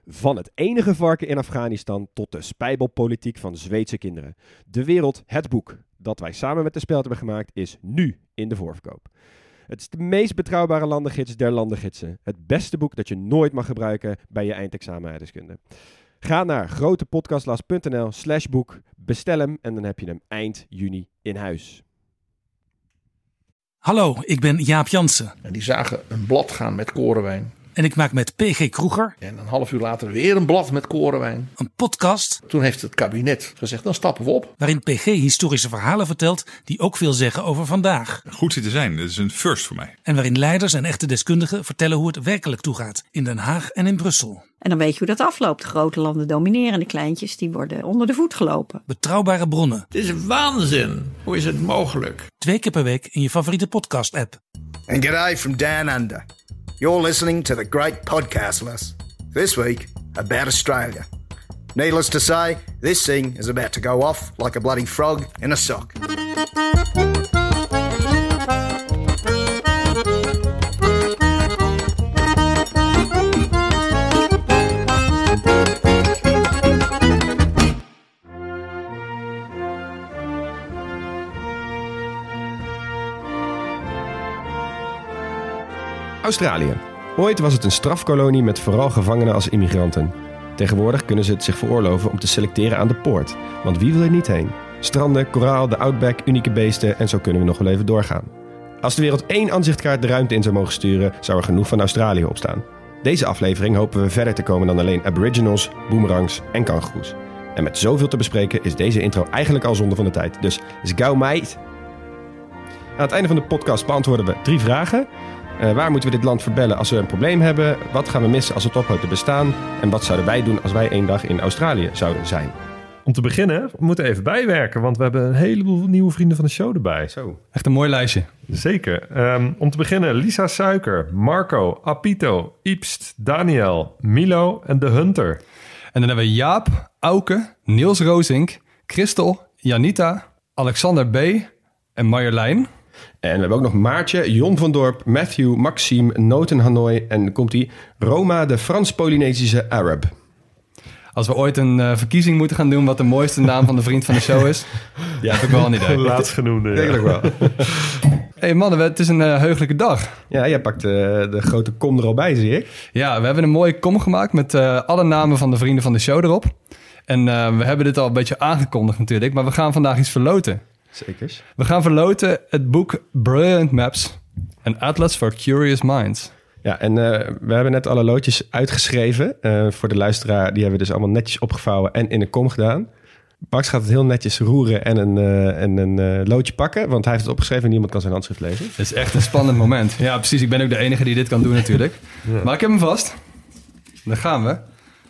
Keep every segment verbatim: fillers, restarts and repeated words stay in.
Van het enige varken in Afghanistan tot de spijbelpolitiek van Zweedse kinderen. De Wereld, het boek dat wij samen met de Speld hebben gemaakt, is nu in de voorverkoop. Het is de meest betrouwbare landengids der landengidsen. Het beste boek dat je nooit mag gebruiken bij je eindexamen aardrijkskunde. Ga naar grotepodcastlas.nl slash boek, bestel hem en dan heb je hem eind juni in huis. Hallo, ik ben Jaap Jansen. En die zagen een blad gaan met korenwijn. En ik maak met P G Kroeger. En een half uur later weer een blad met korenwijn. Een podcast. Toen heeft het kabinet gezegd, dan stappen we op. Waarin P G historische verhalen vertelt die ook veel zeggen over vandaag. Goed zitten zijn, dat is een first voor mij. En waarin leiders en echte deskundigen vertellen hoe het werkelijk toegaat. In Den Haag en in Brussel. En dan weet je hoe dat afloopt. De grote landen domineren, de kleintjes die worden onder de voet gelopen. Betrouwbare bronnen. Het is waanzin. Hoe is het mogelijk? Twee keer per week in je favoriete podcast app. And g'day from down under. You're listening to the Great Podcastless. This week, about Australia. Needless to say, this thing is about to go off like a bloody frog in a sock. Australië. Ooit was het een strafkolonie met vooral gevangenen als immigranten. Tegenwoordig kunnen ze het zich veroorloven om te selecteren aan de poort. Want wie wil er niet heen? Stranden, koraal, de outback, unieke beesten en zo kunnen we nog wel even doorgaan. Als de wereld één aanzichtkaart de ruimte in zou mogen sturen, zou er genoeg van Australië op staan. Deze aflevering hopen we verder te komen dan alleen aboriginals, boomerangs en kangoeroes. En met zoveel te bespreken is deze intro eigenlijk al zonde van de tijd. Dus let's go, mate! Aan het einde van de podcast beantwoorden we drie vragen. Uh, waar moeten we dit land verbellen als we een probleem hebben? Wat gaan we missen als het ophoudt te bestaan? En wat zouden wij doen als wij één dag in Australië zouden zijn? Om te beginnen, we moeten even bijwerken, want we hebben een heleboel nieuwe vrienden van de show erbij. Zo. Echt een mooi lijstje. Zeker. Um, om te beginnen, Lisa Suiker, Marco, Apito, Iepst, Daniel, Milo en De Hunter. En dan hebben we Jaap, Auke, Niels Rozink, Christel, Janita, Alexander B. en Marjolein. En we hebben ook nog Maartje, Jon van Dorp, Matthew, Maxime, Noten Hanoi en komt-ie Roma, de Frans-Polynesische Arab. Als we ooit een uh, verkiezing moeten gaan doen wat de mooiste naam van de vriend van de show is, ja, heb ik wel een idee. Laatstgenoemde. Denk ik wel. Hey mannen, het is een uh, heugelijke dag. Ja, jij pakt uh, de grote kom er al bij, zie ik. Ja, we hebben een mooie kom gemaakt met uh, alle namen van de vrienden van de show erop. En uh, we hebben dit al een beetje aangekondigd natuurlijk, maar we gaan vandaag iets verloten. Zeker. We gaan verloten het boek Brilliant Maps, een atlas for curious minds. Ja, en uh, we hebben net alle loodjes uitgeschreven. Uh, voor de luisteraar, die hebben we dus allemaal netjes opgevouwen en in een kom gedaan. Max gaat het heel netjes roeren en een, uh, en een uh, loodje pakken, want hij heeft het opgeschreven en niemand kan zijn handschrift lezen. Het is echt een spannend moment. Ja, precies. Ik ben ook de enige die dit kan doen natuurlijk. Ja. Maar ik heb hem vast. Daar gaan we.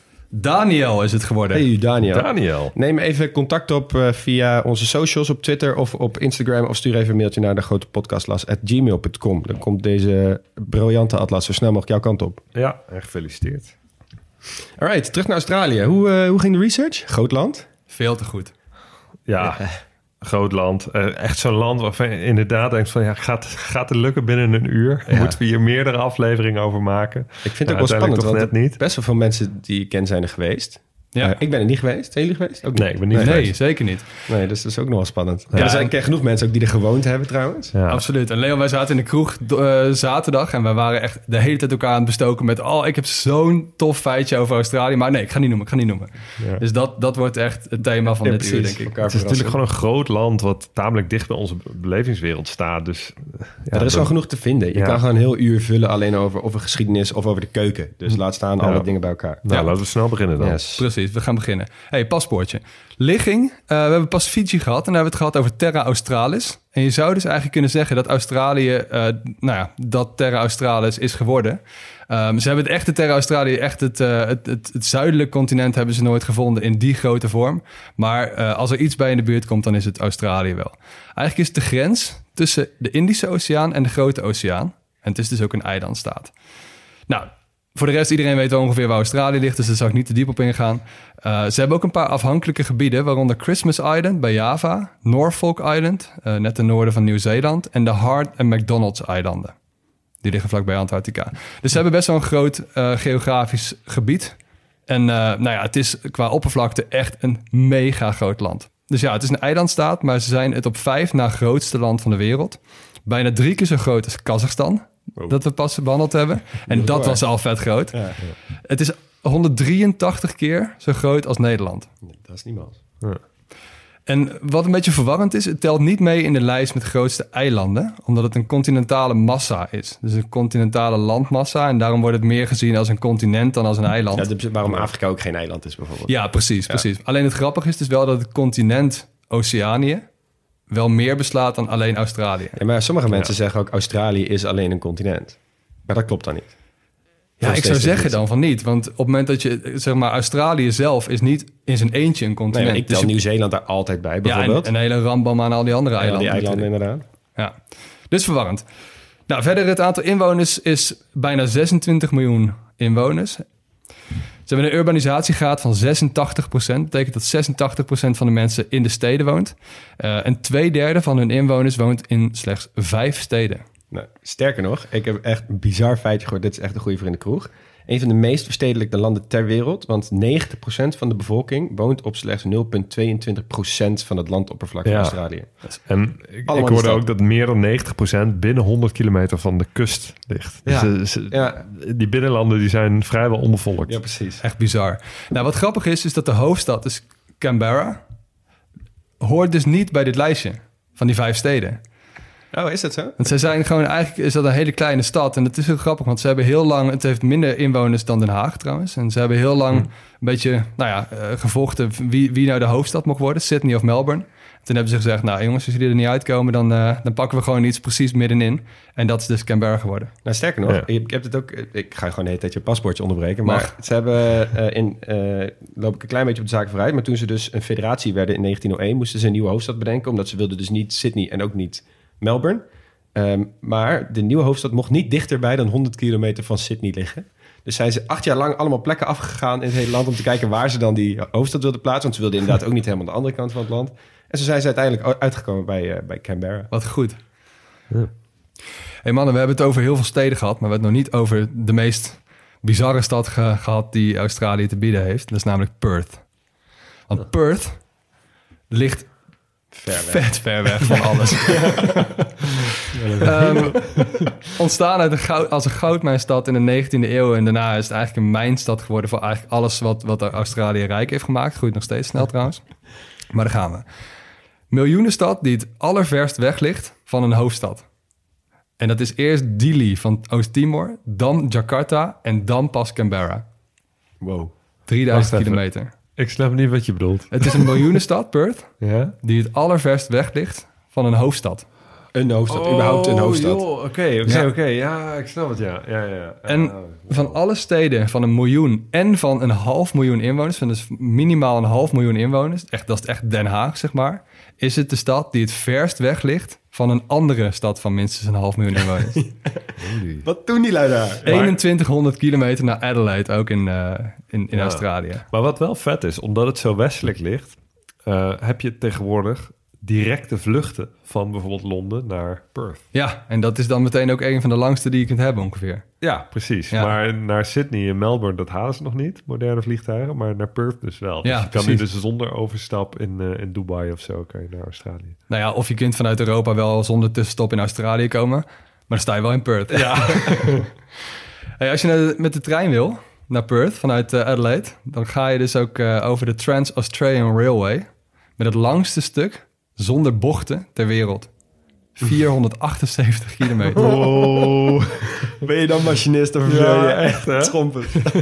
Daniel is het geworden. Hey Daniel. Daniel. Neem even contact op uh, via onze socials op Twitter of op Instagram. Of stuur even een mailtje naar de grote podcastlas at gmail dot com. Dan komt deze briljante atlas zo snel mogelijk jouw kant op. Ja, en gefeliciteerd. Alright, terug naar Australië. Hoe, uh, hoe ging de research? Groot land? Veel te goed. Ja, ja. Groot land. Uh, echt zo'n land waarvan je inderdaad denkt van ja, gaat, gaat het lukken binnen een uur? Ja. Moeten we hier meerdere afleveringen over maken? Ik vind het ook wel spannend, want net niet. Best wel veel mensen die ik ken zijn er geweest. Ja. Uh, ik ben er niet geweest. Zijn jullie geweest? Ook niet. Nee, ik ben niet nee, geweest. Nee, zeker niet. Nee, dus dat is ook nog wel spannend. Ja, ja. Er zijn ik ken genoeg mensen ook die er gewoond hebben trouwens. Ja. Absoluut. En Leo, wij zaten in de kroeg uh, zaterdag en wij waren echt de hele tijd elkaar aan het bestoken met oh, ik heb zo'n tof feitje over Australië. Maar nee, ik ga niet noemen, ik ga niet noemen. Ja. Dus dat, dat wordt echt het thema van ja, dit uur, denk ik. Het is natuurlijk gewoon een groot land wat tamelijk dicht bij onze belevingswereld staat. Dus, ja, ja, er is wel genoeg te vinden. Je ja. kan gewoon een heel uur vullen alleen over, over geschiedenis of over de keuken. Dus laat staan alle ja. dingen bij elkaar. Nou, ja. laten we snel beginnen dan. Yes. Precies, we gaan beginnen. Hey, paspoortje. Ligging. Uh, we hebben pas Fiji gehad en dan hebben we het gehad over Terra Australis. En je zou dus eigenlijk kunnen zeggen dat Australië, uh, nou ja, dat Terra Australis is geworden. Um, ze hebben het echte Terra Australië, echt het, uh, het, het, het zuidelijk continent hebben ze nooit gevonden in die grote vorm. Maar uh, als er iets bij in de buurt komt, dan is het Australië wel. Eigenlijk is het de grens tussen de Indische Oceaan en de Grote Oceaan. En het is dus ook een eilandstaat. Nou, voor de rest, iedereen weet wel ongeveer waar Australië ligt, dus daar zal ik niet te diep op ingaan. Uh, ze hebben ook een paar afhankelijke gebieden, waaronder Christmas Island bij Java, Norfolk Island, uh, net ten noorden van Nieuw-Zeeland, en de Hart en McDonald's eilanden. Die liggen vlakbij Antarctica. Dus ze hebben best wel een groot uh, geografisch gebied. En uh, nou ja, het is qua oppervlakte echt een mega groot land. Dus ja, het is een eilandstaat, maar ze zijn het op vijf na grootste land van de wereld. Bijna drie keer zo groot als Kazachstan, wow. dat we pas behandeld hebben. En dat was al vet groot. Ja, ja. Het is honderddrieëntachtig keer zo groot als Nederland. Dat is niemand. Ja. En wat een beetje verwarrend is, het telt niet mee in de lijst met grootste eilanden, omdat het een continentale massa is. Dus een continentale landmassa en daarom wordt het meer gezien als een continent dan als een eiland. Ja, dus waarom Afrika ook geen eiland is bijvoorbeeld. Ja, precies, ja. precies. Alleen het grappige is dus wel dat het continent Oceanië wel meer beslaat dan alleen Australië. Ja, maar sommige mensen ja. zeggen ook Australië is alleen een continent. Maar dat klopt dan niet. Ja, ik zou zeggen dan van niet. Want op het moment dat je, zeg maar, Australië zelf is niet in zijn eentje een continent. Nee, ik tel dus je... Nieuw-Zeeland daar altijd bij, bijvoorbeeld. Ja, en een hele rambam aan al die andere ja, eilanden. Die eilanden inderdaad. Ja, dus verwarrend. Nou, verder het aantal inwoners is bijna zesentwintig miljoen inwoners. Ze hebben een urbanisatiegraad van zesentachtig procent. Dat betekent dat zesentachtig procent van de mensen in de steden woont. Uh, en twee derde van hun inwoners woont in slechts vijf steden. Nou, sterker nog, ik heb echt een bizar feitje gehoord. Dit is echt een goede voor in de kroeg. Een van de meest verstedelijkte landen ter wereld. Want negentig procent van de bevolking woont op slechts nul komma tweeëntwintig procent van het landoppervlak van ja. Australië. En ik, ik hoorde ook dat meer dan negentig procent binnen honderd kilometer van de kust ligt. Ja. Dus uh, ja. die binnenlanden die zijn vrijwel onbevolkt. Ja, precies. Echt bizar. Nou, wat grappig is, is dat de hoofdstad, dus Canberra, hoort dus niet bij dit lijstje van die vijf steden. Oh, is dat zo? Want zij zijn gewoon, eigenlijk is dat een hele kleine stad. En het is heel grappig, want ze hebben heel lang... Het heeft minder inwoners dan Den Haag trouwens. En ze hebben heel lang een beetje, nou ja, uh, gevochten wie, wie nou de hoofdstad mocht worden. Sydney of Melbourne. En toen hebben ze gezegd, nou jongens, als jullie er niet uitkomen... dan, uh, dan pakken we gewoon iets precies middenin. En dat is dus Canberra geworden. Nou, sterker nog, ja. ik heb het ook... Ik ga gewoon de hele tijd je paspoortje onderbreken. Maar Mag. ze hebben uh, in... Uh, loop ik een klein beetje op de zaak vooruit. Maar toen ze dus een federatie werden in negentien oh één... moesten ze een nieuwe hoofdstad bedenken. Omdat ze wilden dus niet Sydney en ook niet... Melbourne. Um, maar de nieuwe hoofdstad mocht niet dichterbij dan honderd kilometer van Sydney liggen. Dus zijn ze acht jaar lang allemaal plekken afgegaan in het hele land... om te kijken waar ze dan die hoofdstad wilden plaatsen. Want ze wilden inderdaad ook niet helemaal aan de andere kant van het land. En zo zijn ze uiteindelijk uitgekomen bij, uh, bij Canberra. Wat goed. Ja. Hey mannen, we hebben het over heel veel steden gehad... maar we hebben het nog niet over de meest bizarre stad ge- gehad... die Australië te bieden heeft. Dat is namelijk Perth. Want ja. Perth ligt... Ver vet ver weg van alles. um, ontstaan uit een goud, als een goudmijnstad in de negentiende eeuw... en daarna is het eigenlijk een mijnstad geworden... voor eigenlijk alles wat, wat Australië rijk heeft gemaakt. Groeit nog steeds snel trouwens. Maar daar gaan we. Miljoenenstad die het allerverst weg ligt van een hoofdstad. En dat is eerst Dili van Oost-Timor... dan Jakarta en dan pas Canberra. Wow. drieduizend kilometer. Ik snap niet wat je bedoelt. Het is een miljoenenstad, Perth, ja? die het allerverst weg ligt van een hoofdstad. Een hoofdstad, oh, überhaupt een hoofdstad. Oké, oké, ja. oké. Ja, ik snap het, ja. ja, ja. En uh, wow. van alle steden van een miljoen en van een half miljoen inwoners... van dus minimaal een half miljoen inwoners... Echt, dat is echt Den Haag, zeg maar... is het de stad die het verst weg ligt... van een andere stad van minstens een half miljoen inwoners. Wat doen die lui daar? eenentwintighonderd kilometer naar Adelaide, ook in, uh, in, in ja. Australië. Maar wat wel vet is, omdat het zo westelijk ligt... Uh, heb je tegenwoordig directe vluchten van bijvoorbeeld Londen naar Perth. Ja, en dat is dan meteen ook een van de langste die je kunt hebben ongeveer. Ja, precies. Ja. Maar naar Sydney en Melbourne, dat halen ze nog niet, moderne vliegtuigen. Maar naar Perth dus wel. Dus ja, je kan nu dus zonder overstap in, uh, in Dubai of zo kan je naar Australië. Nou ja, of je kunt vanuit Europa wel zonder tussenstop in Australië komen. Maar dan sta je wel in Perth. Ja. Hey, als je naar de, met de trein wil, naar Perth vanuit uh, Adelaide... dan ga je dus ook uh, over de Trans-Australian Railway... met het langste stuk zonder bochten ter wereld. vierhonderdachtenzeventig kilometer. Oh, ben je dan machinist of ben ja, je echt, hè? Schompen?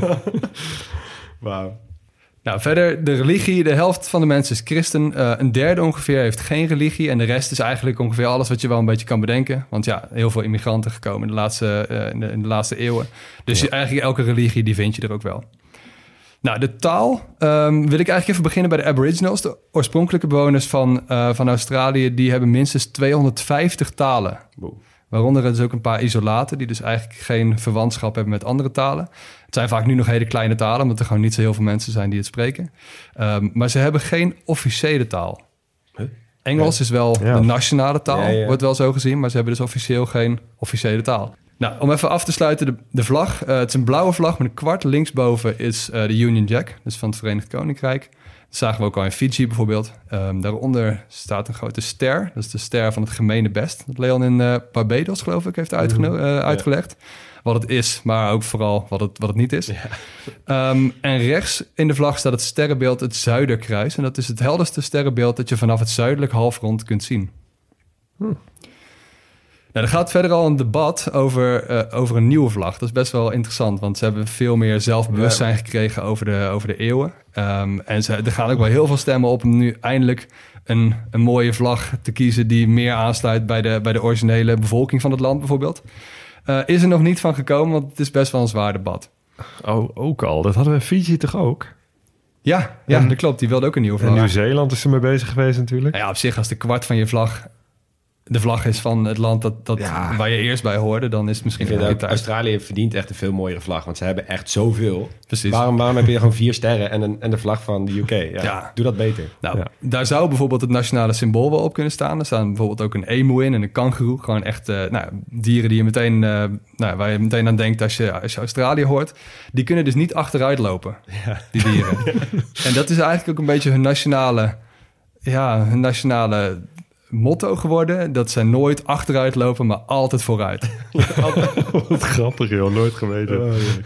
Wauw. Nou, verder de religie. De helft van de mensen is christen. Uh, een derde ongeveer heeft geen religie. En de rest is eigenlijk ongeveer alles wat je wel een beetje kan bedenken. Want ja, heel veel immigranten gekomen in de laatste, uh, in de, in de laatste eeuwen. Dus ja. eigenlijk elke religie, die vind je er ook wel. Nou, de taal um, wil ik eigenlijk even beginnen bij de Aboriginals. De oorspronkelijke bewoners van, uh, van Australië... die hebben minstens tweehonderdvijftig talen. Wow. Waaronder dus ook een paar isolaten... die dus eigenlijk geen verwantschap hebben met andere talen. Het zijn vaak nu nog hele kleine talen... omdat er gewoon niet zo heel veel mensen zijn die het spreken. Um, maar ze hebben geen officiële taal. Huh? Engels ja. is wel ja. de nationale taal, ja, ja. wordt wel zo gezien... maar ze hebben dus officieel geen officiële taal. Nou, om even af te sluiten, de, de vlag. Uh, het is een blauwe vlag met een kwart. Linksboven is uh, de Union Jack, dus van het Verenigd Koninkrijk. Dat zagen we ook al in Fiji bijvoorbeeld. Um, daaronder staat een grote ster. Dat is de ster van het gemene best. Dat Leon in uh, Barbados, geloof ik, heeft uitgeno- uh, uitgelegd. Ja. Wat het is, maar ook vooral wat het, wat het niet is. Ja. Um, en rechts in de vlag staat het sterrenbeeld het Zuiderkruis. En dat is het helderste sterrenbeeld dat je vanaf het zuidelijk halfrond kunt zien. Hm. Nou, er gaat verder al een debat over, uh, over een nieuwe vlag. Dat is best wel interessant, want ze hebben veel meer zelfbewustzijn ja. gekregen over de, over de eeuwen. Um, en ze, er gaan ook wel heel veel stemmen op om nu eindelijk een, een mooie vlag te kiezen die meer aansluit bij de, bij de originele bevolking van het land bijvoorbeeld. Uh, is er nog niet van gekomen, want het is best wel een zwaar debat. Oh, ook al. Dat hadden we in Fiji toch ook? Ja, ja en, dat klopt. Die wilde ook een nieuwe vlag. En Nieuw-Zeeland is er mee bezig geweest natuurlijk. Nou ja, op zich als de kwart van je vlag de vlag is van het land dat, dat ja. waar je eerst bij hoorde, dan is het misschien... Ik vind ook, Australië verdient echt een veel mooiere vlag, want ze hebben echt zoveel. Precies. Waarom, waarom heb je gewoon vier sterren en, een, en de vlag van de U K? Ja, ja. Doe dat beter. Nou, ja. Daar zou bijvoorbeeld het nationale symbool wel op kunnen staan. Er staan bijvoorbeeld ook een emu in en een kangoeroe. Gewoon echt uh, nou, dieren die je meteen, uh, nou, waar je meteen aan denkt als je, als je Australië hoort. Die kunnen dus niet achteruit lopen, ja. die dieren. Ja. En dat is eigenlijk ook een beetje hun nationale... Ja, hun nationale... motto geworden, dat zij nooit achteruit lopen, maar altijd vooruit. Ja, altijd. Wat grappig, joh. Nooit geweten. Oh, ja.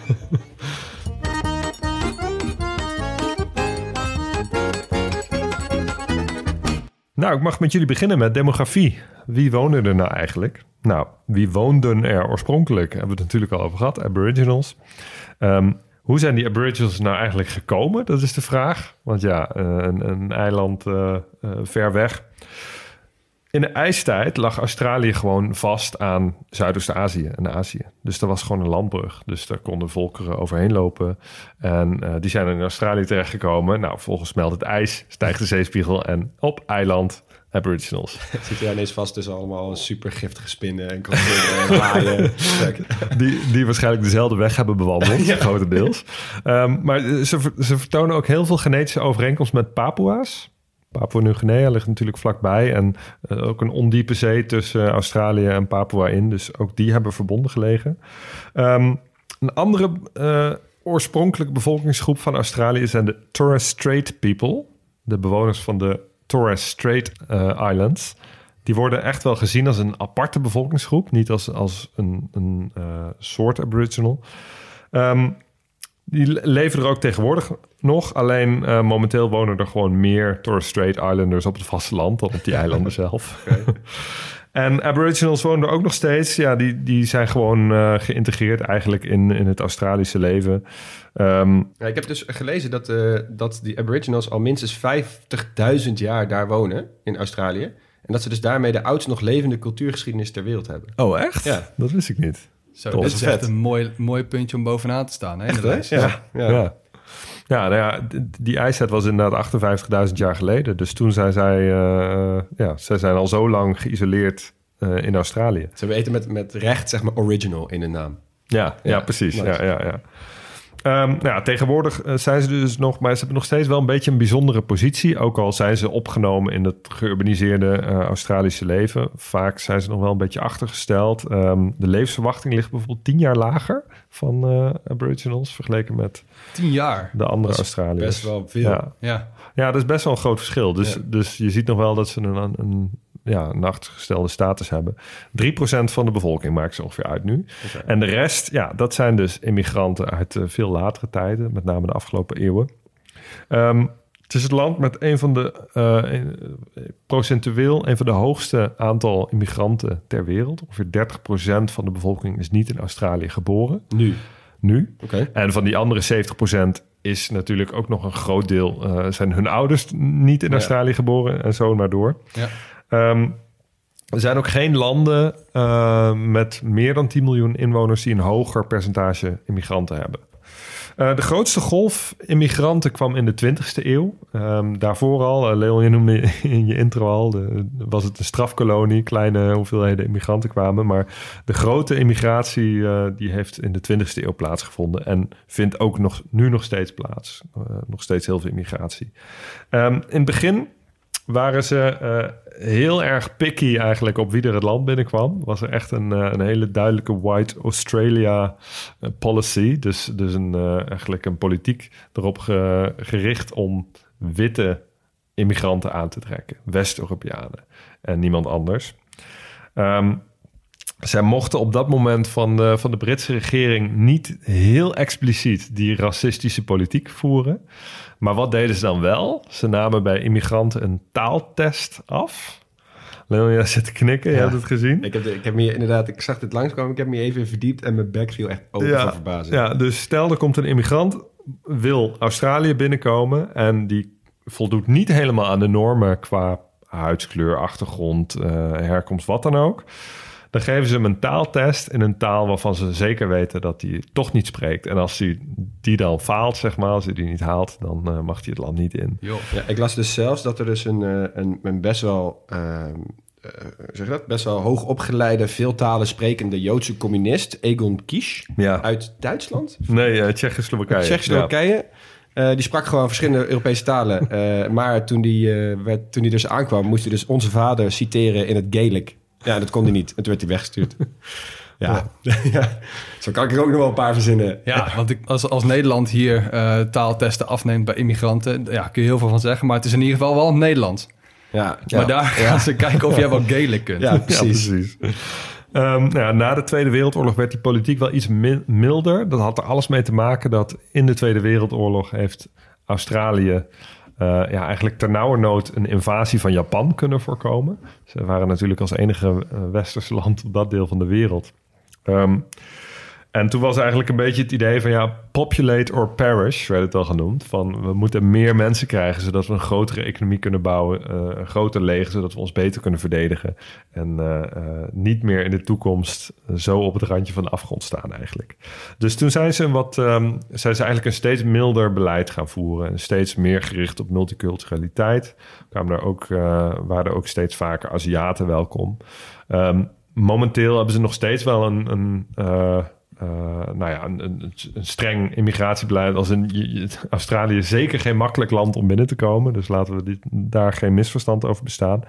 Nou, ik mag met jullie beginnen met demografie. Wie woonde er nou eigenlijk? Nou, wie woonden er oorspronkelijk? Hebben we het natuurlijk al over gehad. Aboriginals. Um, hoe zijn die Aboriginals nou eigenlijk gekomen? Dat is de vraag. Want ja, een, een eiland uh, uh, ver weg. In de ijstijd lag Australië gewoon vast aan Zuidoost-Azië en Azië. Dus er was gewoon een landbrug. Dus daar konden volkeren overheen lopen. En uh, die zijn in Australië terechtgekomen. Nou, volgens smelt het ijs, stijgt de zeespiegel en op eiland Aboriginals. Zit je ineens vast tussen allemaal super giftige spinnen en krokodillen en haaien. die, die waarschijnlijk dezelfde weg hebben bewandeld, ja. grotendeels. Um, maar ze, ze vertonen ook heel veel genetische overeenkomst met Papua's. Papua-Nieuw-Guinea ligt natuurlijk vlakbij en uh, ook een ondiepe zee tussen uh, Australië en Papua in. Dus ook die hebben verbonden gelegen. Um, een andere uh, oorspronkelijke bevolkingsgroep van Australië zijn de Torres Strait People. De bewoners van de Torres Strait uh, Islands. Die worden echt wel gezien als een aparte bevolkingsgroep. Niet als, als een, een uh, soort Aboriginal. Um, Die leven er ook tegenwoordig nog. Alleen uh, momenteel wonen er gewoon meer Torres Strait Islanders op het vasteland dan op die eilanden zelf. Okay. En Aboriginals wonen er ook nog steeds. Ja, die, die zijn gewoon uh, geïntegreerd eigenlijk in, in het Australische leven. Um, ja, ik heb dus gelezen dat, uh, dat die Aboriginals al minstens vijftigduizend jaar daar wonen in Australië. En dat ze dus daarmee de oudst nog levende cultuurgeschiedenis ter wereld hebben. Oh, echt? Ja. Dat wist ik niet. Zo, dat is echt een mooi, mooi puntje om bovenaan te staan. Hè, in de lijst. Ja, ja. ja. ja, nou ja, die ijstijd was inderdaad achtenvijftigduizend jaar geleden. Dus toen zijn zij, uh, ja, zij zijn al zo lang geïsoleerd uh, in Australië. Ze weten met, met recht, zeg maar, original in hun naam. Ja, ja, ja precies. Nice. Ja, ja, ja. Um, nou ja, tegenwoordig uh, zijn ze dus nog, maar ze hebben nog steeds wel een beetje een bijzondere positie. Ook al zijn ze opgenomen in het geurbaniseerde uh, Australische leven. Vaak zijn ze nog wel een beetje achtergesteld. Um, de levensverwachting ligt bijvoorbeeld tien jaar lager van uh, Aboriginals vergeleken met tien jaar. De andere Australiërs. Best wel veel. Ja. Ja. ja, dat is best wel een groot verschil. Dus, ja. dus je ziet nog wel dat ze een, een, ja, een achtergestelde status hebben. drie procent van de bevolking maakt ze ongeveer uit nu. Okay. En de rest, ja, dat zijn dus immigranten uit uh, veel latere tijden, met name de afgelopen eeuwen. Um, het is het land met een van de uh, procentueel een van de hoogste aantal immigranten ter wereld. Ongeveer dertig procent van de bevolking is niet in Australië geboren. Nu? Nu. Okay. En van die andere zeventig procent is natuurlijk ook nog een groot deel, uh, zijn hun ouders niet in ja. Australië geboren en zo maar door. Ja. Um, er zijn ook geen landen uh, met meer dan tien miljoen inwoners die een hoger percentage immigranten hebben. Uh, de grootste golf immigranten kwam in de twintigste eeuw. Um, daarvoor al, uh, Leon, je noemde in je intro al, de, was het een strafkolonie. Kleine hoeveelheden immigranten kwamen. Maar de grote immigratie uh, die heeft in de twintigste eeuw plaatsgevonden. En vindt ook nog, nu nog steeds plaats. Uh, nog steeds heel veel immigratie. Um, in het begin waren ze uh, heel erg picky eigenlijk op wie er het land binnenkwam. Was er echt een, uh, een hele duidelijke White Australia uh, policy. Dus, dus een, uh, eigenlijk een politiek erop ge, gericht om witte immigranten aan te trekken. West-Europeanen en niemand anders. Um, zij mochten op dat moment van de, van de Britse regering niet heel expliciet die racistische politiek voeren. Maar wat deden ze dan wel? Ze namen bij immigranten een taaltest af. Leon, jij zit te knikken, ja. Je hebt het gezien. Ik heb, ik heb me inderdaad, ik zag dit langskomen, ik heb me even verdiept en mijn bek viel echt open ja, van verbazing. Ja, dus stel er komt een immigrant, wil Australië binnenkomen en die voldoet niet helemaal aan de normen qua huidskleur, achtergrond, uh, herkomst, wat dan ook. Dan geven ze hem een taaltest in een taal waarvan ze zeker weten dat hij toch niet spreekt. En als hij die dan faalt, zeg maar, als hij die niet haalt, dan uh, mag hij het land niet in. Ja, ik las dus zelfs dat er dus een, een, een best wel, uh, uh, zeg je dat, best wel hoogopgeleide, veel talen sprekende Joodse communist, Egon Kisch, ja. uit Duitsland? Nee, uh, Tsjechoslowakije. Tsjechoslowakije. Ja. Uh, die sprak gewoon verschillende Europese talen. Uh, maar toen die, uh, werd, toen die dus aankwam, moest hij dus onze vader citeren in het Gaelic. Ja, dat kon hij niet. En toen werd hij weggestuurd. Ja. Ja. ja, zo kan ik er ook nog wel een paar verzinnen. Ja, want ik, als, als Nederland hier uh, taaltesten afneemt bij immigranten, ja, kun je heel veel van zeggen. Maar het is in ieder geval wel Nederlands. Ja, maar ja. daar gaan ja. ze kijken of jij wel Gaelic kunt. Ja, precies. Ja, precies. Um, nou ja, na de Tweede Wereldoorlog werd die politiek wel iets mi- milder. Dat had er alles mee te maken dat in de Tweede Wereldoorlog heeft Australië Uh, ja, eigenlijk ternauwernood een invasie van Japan kunnen voorkomen. Ze waren natuurlijk als enige uh, westerse land op dat deel van de wereld. Um, en toen was eigenlijk een beetje het idee van ja, populate or perish, werd het al genoemd. Van we moeten meer mensen krijgen, zodat we een grotere economie kunnen bouwen. Uh, een groter leger, zodat we ons beter kunnen verdedigen. En uh, uh, niet meer in de toekomst zo op het randje van de afgrond staan eigenlijk. Dus toen zijn ze, wat, um, zijn ze eigenlijk een steeds milder beleid gaan voeren. En steeds meer gericht op multiculturaliteit. Kwamen er ook, uh, waren er ook steeds vaker Aziaten welkom. Um, momenteel hebben ze nog steeds wel een... een uh, Uh, nou ja, een, een, een streng immigratiebeleid. Als in je, Australië is zeker geen makkelijk land om binnen te komen. Dus laten we dit, daar geen misverstand over bestaan.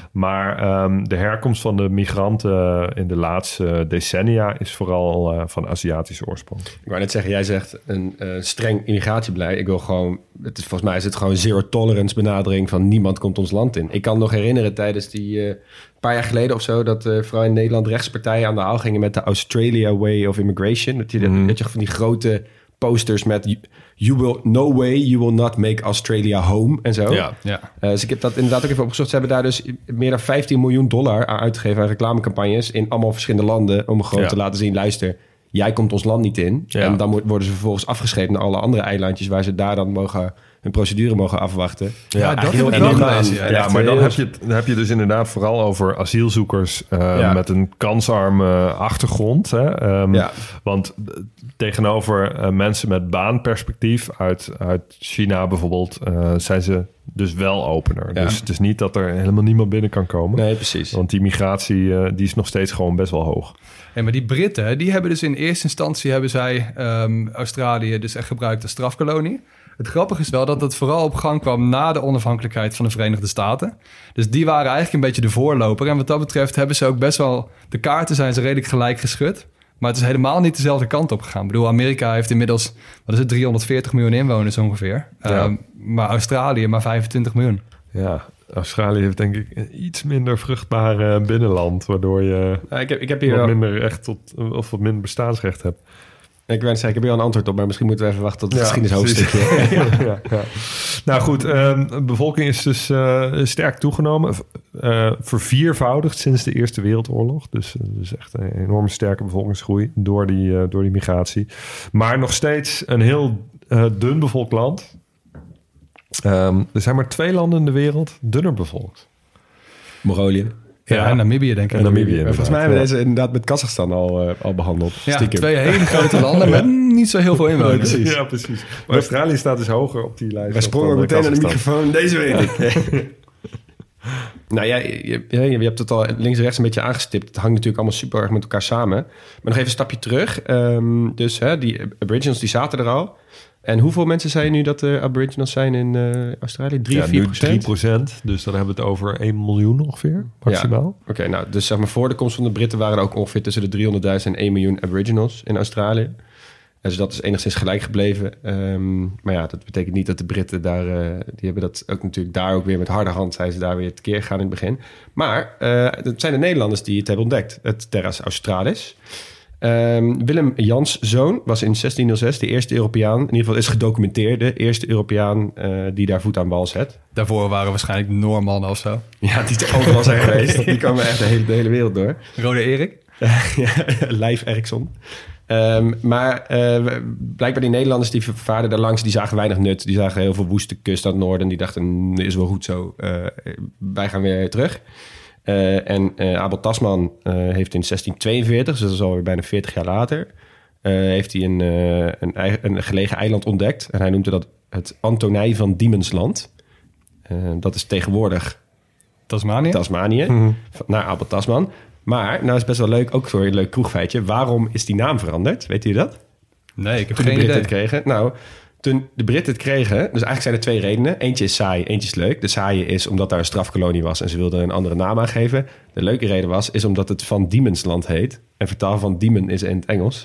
Maar um, de herkomst van de migranten in de laatste decennia is vooral uh, van Aziatische oorsprong. Ik wou net zeggen, jij zegt een uh, streng immigratiebeleid. Ik wil gewoon, het is, volgens mij is het gewoon zero tolerance benadering van niemand komt ons land in. Ik kan nog herinneren tijdens die... Uh, een paar jaar geleden of zo, dat uh, vooral in Nederland rechtspartijen aan de haal gingen met de Australia Way of Immigration. Dat je, mm. dat je van die grote posters met you will, no way, you will not make Australia home en zo. Ja, ja. Uh, dus ik heb dat inderdaad ook even opgezocht. Ze hebben daar dus meer dan vijftien miljoen dollar aan uitgegeven aan reclamecampagnes in allemaal verschillende landen om gewoon ja. te laten zien, luister, jij komt ons land niet in. Ja. En dan worden ze vervolgens afgeschreven naar alle andere eilandjes waar ze daar dan mogen... hun procedure mogen afwachten. Ja, ja dat heel heel gelezen. Ja, ja maar dan heb, je, dan heb je dus inderdaad vooral over asielzoekers uh, ja. met een kansarme achtergrond. Hè? Um, ja. Want tegenover uh, mensen met baanperspectief uit, uit China bijvoorbeeld uh, zijn ze dus wel opener. Ja. Dus het is niet dat er helemaal niemand binnen kan komen. Nee, precies. Want die migratie uh, die is nog steeds gewoon best wel hoog. Ja, maar die Britten, die hebben dus in eerste instantie hebben zij um, Australië dus echt gebruikt als strafkolonie. Het grappige is wel dat het vooral op gang kwam na de onafhankelijkheid van de Verenigde Staten. Dus die waren eigenlijk een beetje de voorloper. En wat dat betreft hebben ze ook best wel... De kaarten zijn ze redelijk gelijk geschud. Maar het is helemaal niet dezelfde kant op gegaan. Ik bedoel, Amerika heeft inmiddels... Wat is het? driehonderdveertig miljoen inwoners ongeveer. Ja. Um, maar Australië maar vijfentwintig miljoen. Ja, Australië heeft denk ik een iets minder vruchtbare binnenland. Waardoor je ja, ik heb, ik heb hier wat wel... minder recht tot, of wat minder bestaansrecht hebt. Ik wens, ik heb hier al een antwoord op, maar misschien moeten we even wachten tot het ja, geschiedenishoofdstukje. ja, ja, ja. Nou goed, uh, de bevolking is dus uh, sterk toegenomen. Uh, verviervoudigd sinds de Eerste Wereldoorlog. Dus, uh, dus echt een enorme sterke bevolkingsgroei door die, uh, door die migratie. Maar nog steeds een heel uh, dun bevolkt land. Um, er zijn maar twee landen in de wereld dunner bevolkt. Mongolië. Ja, ja, en Namibië denk ik. En Namibië, volgens mij hebben we deze inderdaad met Kazachstan al, uh, al behandeld. Ja, stiekem. Twee hele grote landen met niet zo heel veel inwoners. Ja, precies. Ja, precies. Maar Australië staat dus hoger op die lijst. Wij sprongen meteen aan de microfoon. Deze weet ik. Nou ja, je, je, je hebt het al links en rechts een beetje aangestipt. Het hangt natuurlijk allemaal super erg met elkaar samen. Maar nog even een stapje terug. Um, dus hè, die Aboriginals die zaten er al. En hoeveel mensen zijn er nu dat er Aboriginals zijn in uh, Australië? drie ja, of vier nu procent? drie procent. Dus dan hebben we het over één miljoen ongeveer, maximaal. Ja. Oké, okay, nou, dus zeg maar voor de komst van de Britten waren er ook ongeveer tussen de driehonderdduizend en één miljoen Aboriginals in Australië. En dus dat is enigszins gelijk gebleven. Um, maar ja, dat betekent niet dat de Britten daar... Uh, die hebben dat ook natuurlijk daar ook weer met harde hand... zijn ze daar weer tekeer gegaan in het begin. Maar uh, het zijn de Nederlanders die het hebben ontdekt. Het Terras Australis. Um, Willem Jans' zoon was in zestienhonderdzes de eerste Europeaan... in ieder geval is gedocumenteerde eerste Europeaan... Uh, die daar voet aan wal zet. Daarvoor waren waarschijnlijk Noormannen of zo. Ja, die er overal zijn geweest. Die kwamen echt de hele, de hele wereld door. Rode Erik? Ja, Leif Erikson. Um, maar uh, blijkbaar die Nederlanders die vaarden daar langs... die zagen weinig nut. Die zagen heel veel woeste kust aan het noorden. Die dachten, is wel goed zo. Uh, wij gaan weer terug. Uh, en uh, Abel Tasman uh, heeft in zestien tweeënveertig... dus dat is alweer bijna veertig jaar later... Uh, heeft hij een, uh, een, een gelegen eiland ontdekt. En hij noemde dat het Antonij van Diemensland. Uh, dat is tegenwoordig... Tasmanië? Tasmanië, mm-hmm. Naar Abel Tasman... Maar, nou is best wel leuk, ook voor een leuk kroegfeitje. Waarom is die naam veranderd? Weet u dat? Nee, ik heb toen geen de Britten idee. het kregen. Nou, toen de Britten het kregen... Dus eigenlijk zijn er twee redenen. Eentje is saai, eentje is leuk. De saaie is omdat daar een strafkolonie was... en ze wilden een andere naam aangeven. De leuke reden was, is omdat het Van Diemensland heet. En vertaal van Diemen is in het Engels.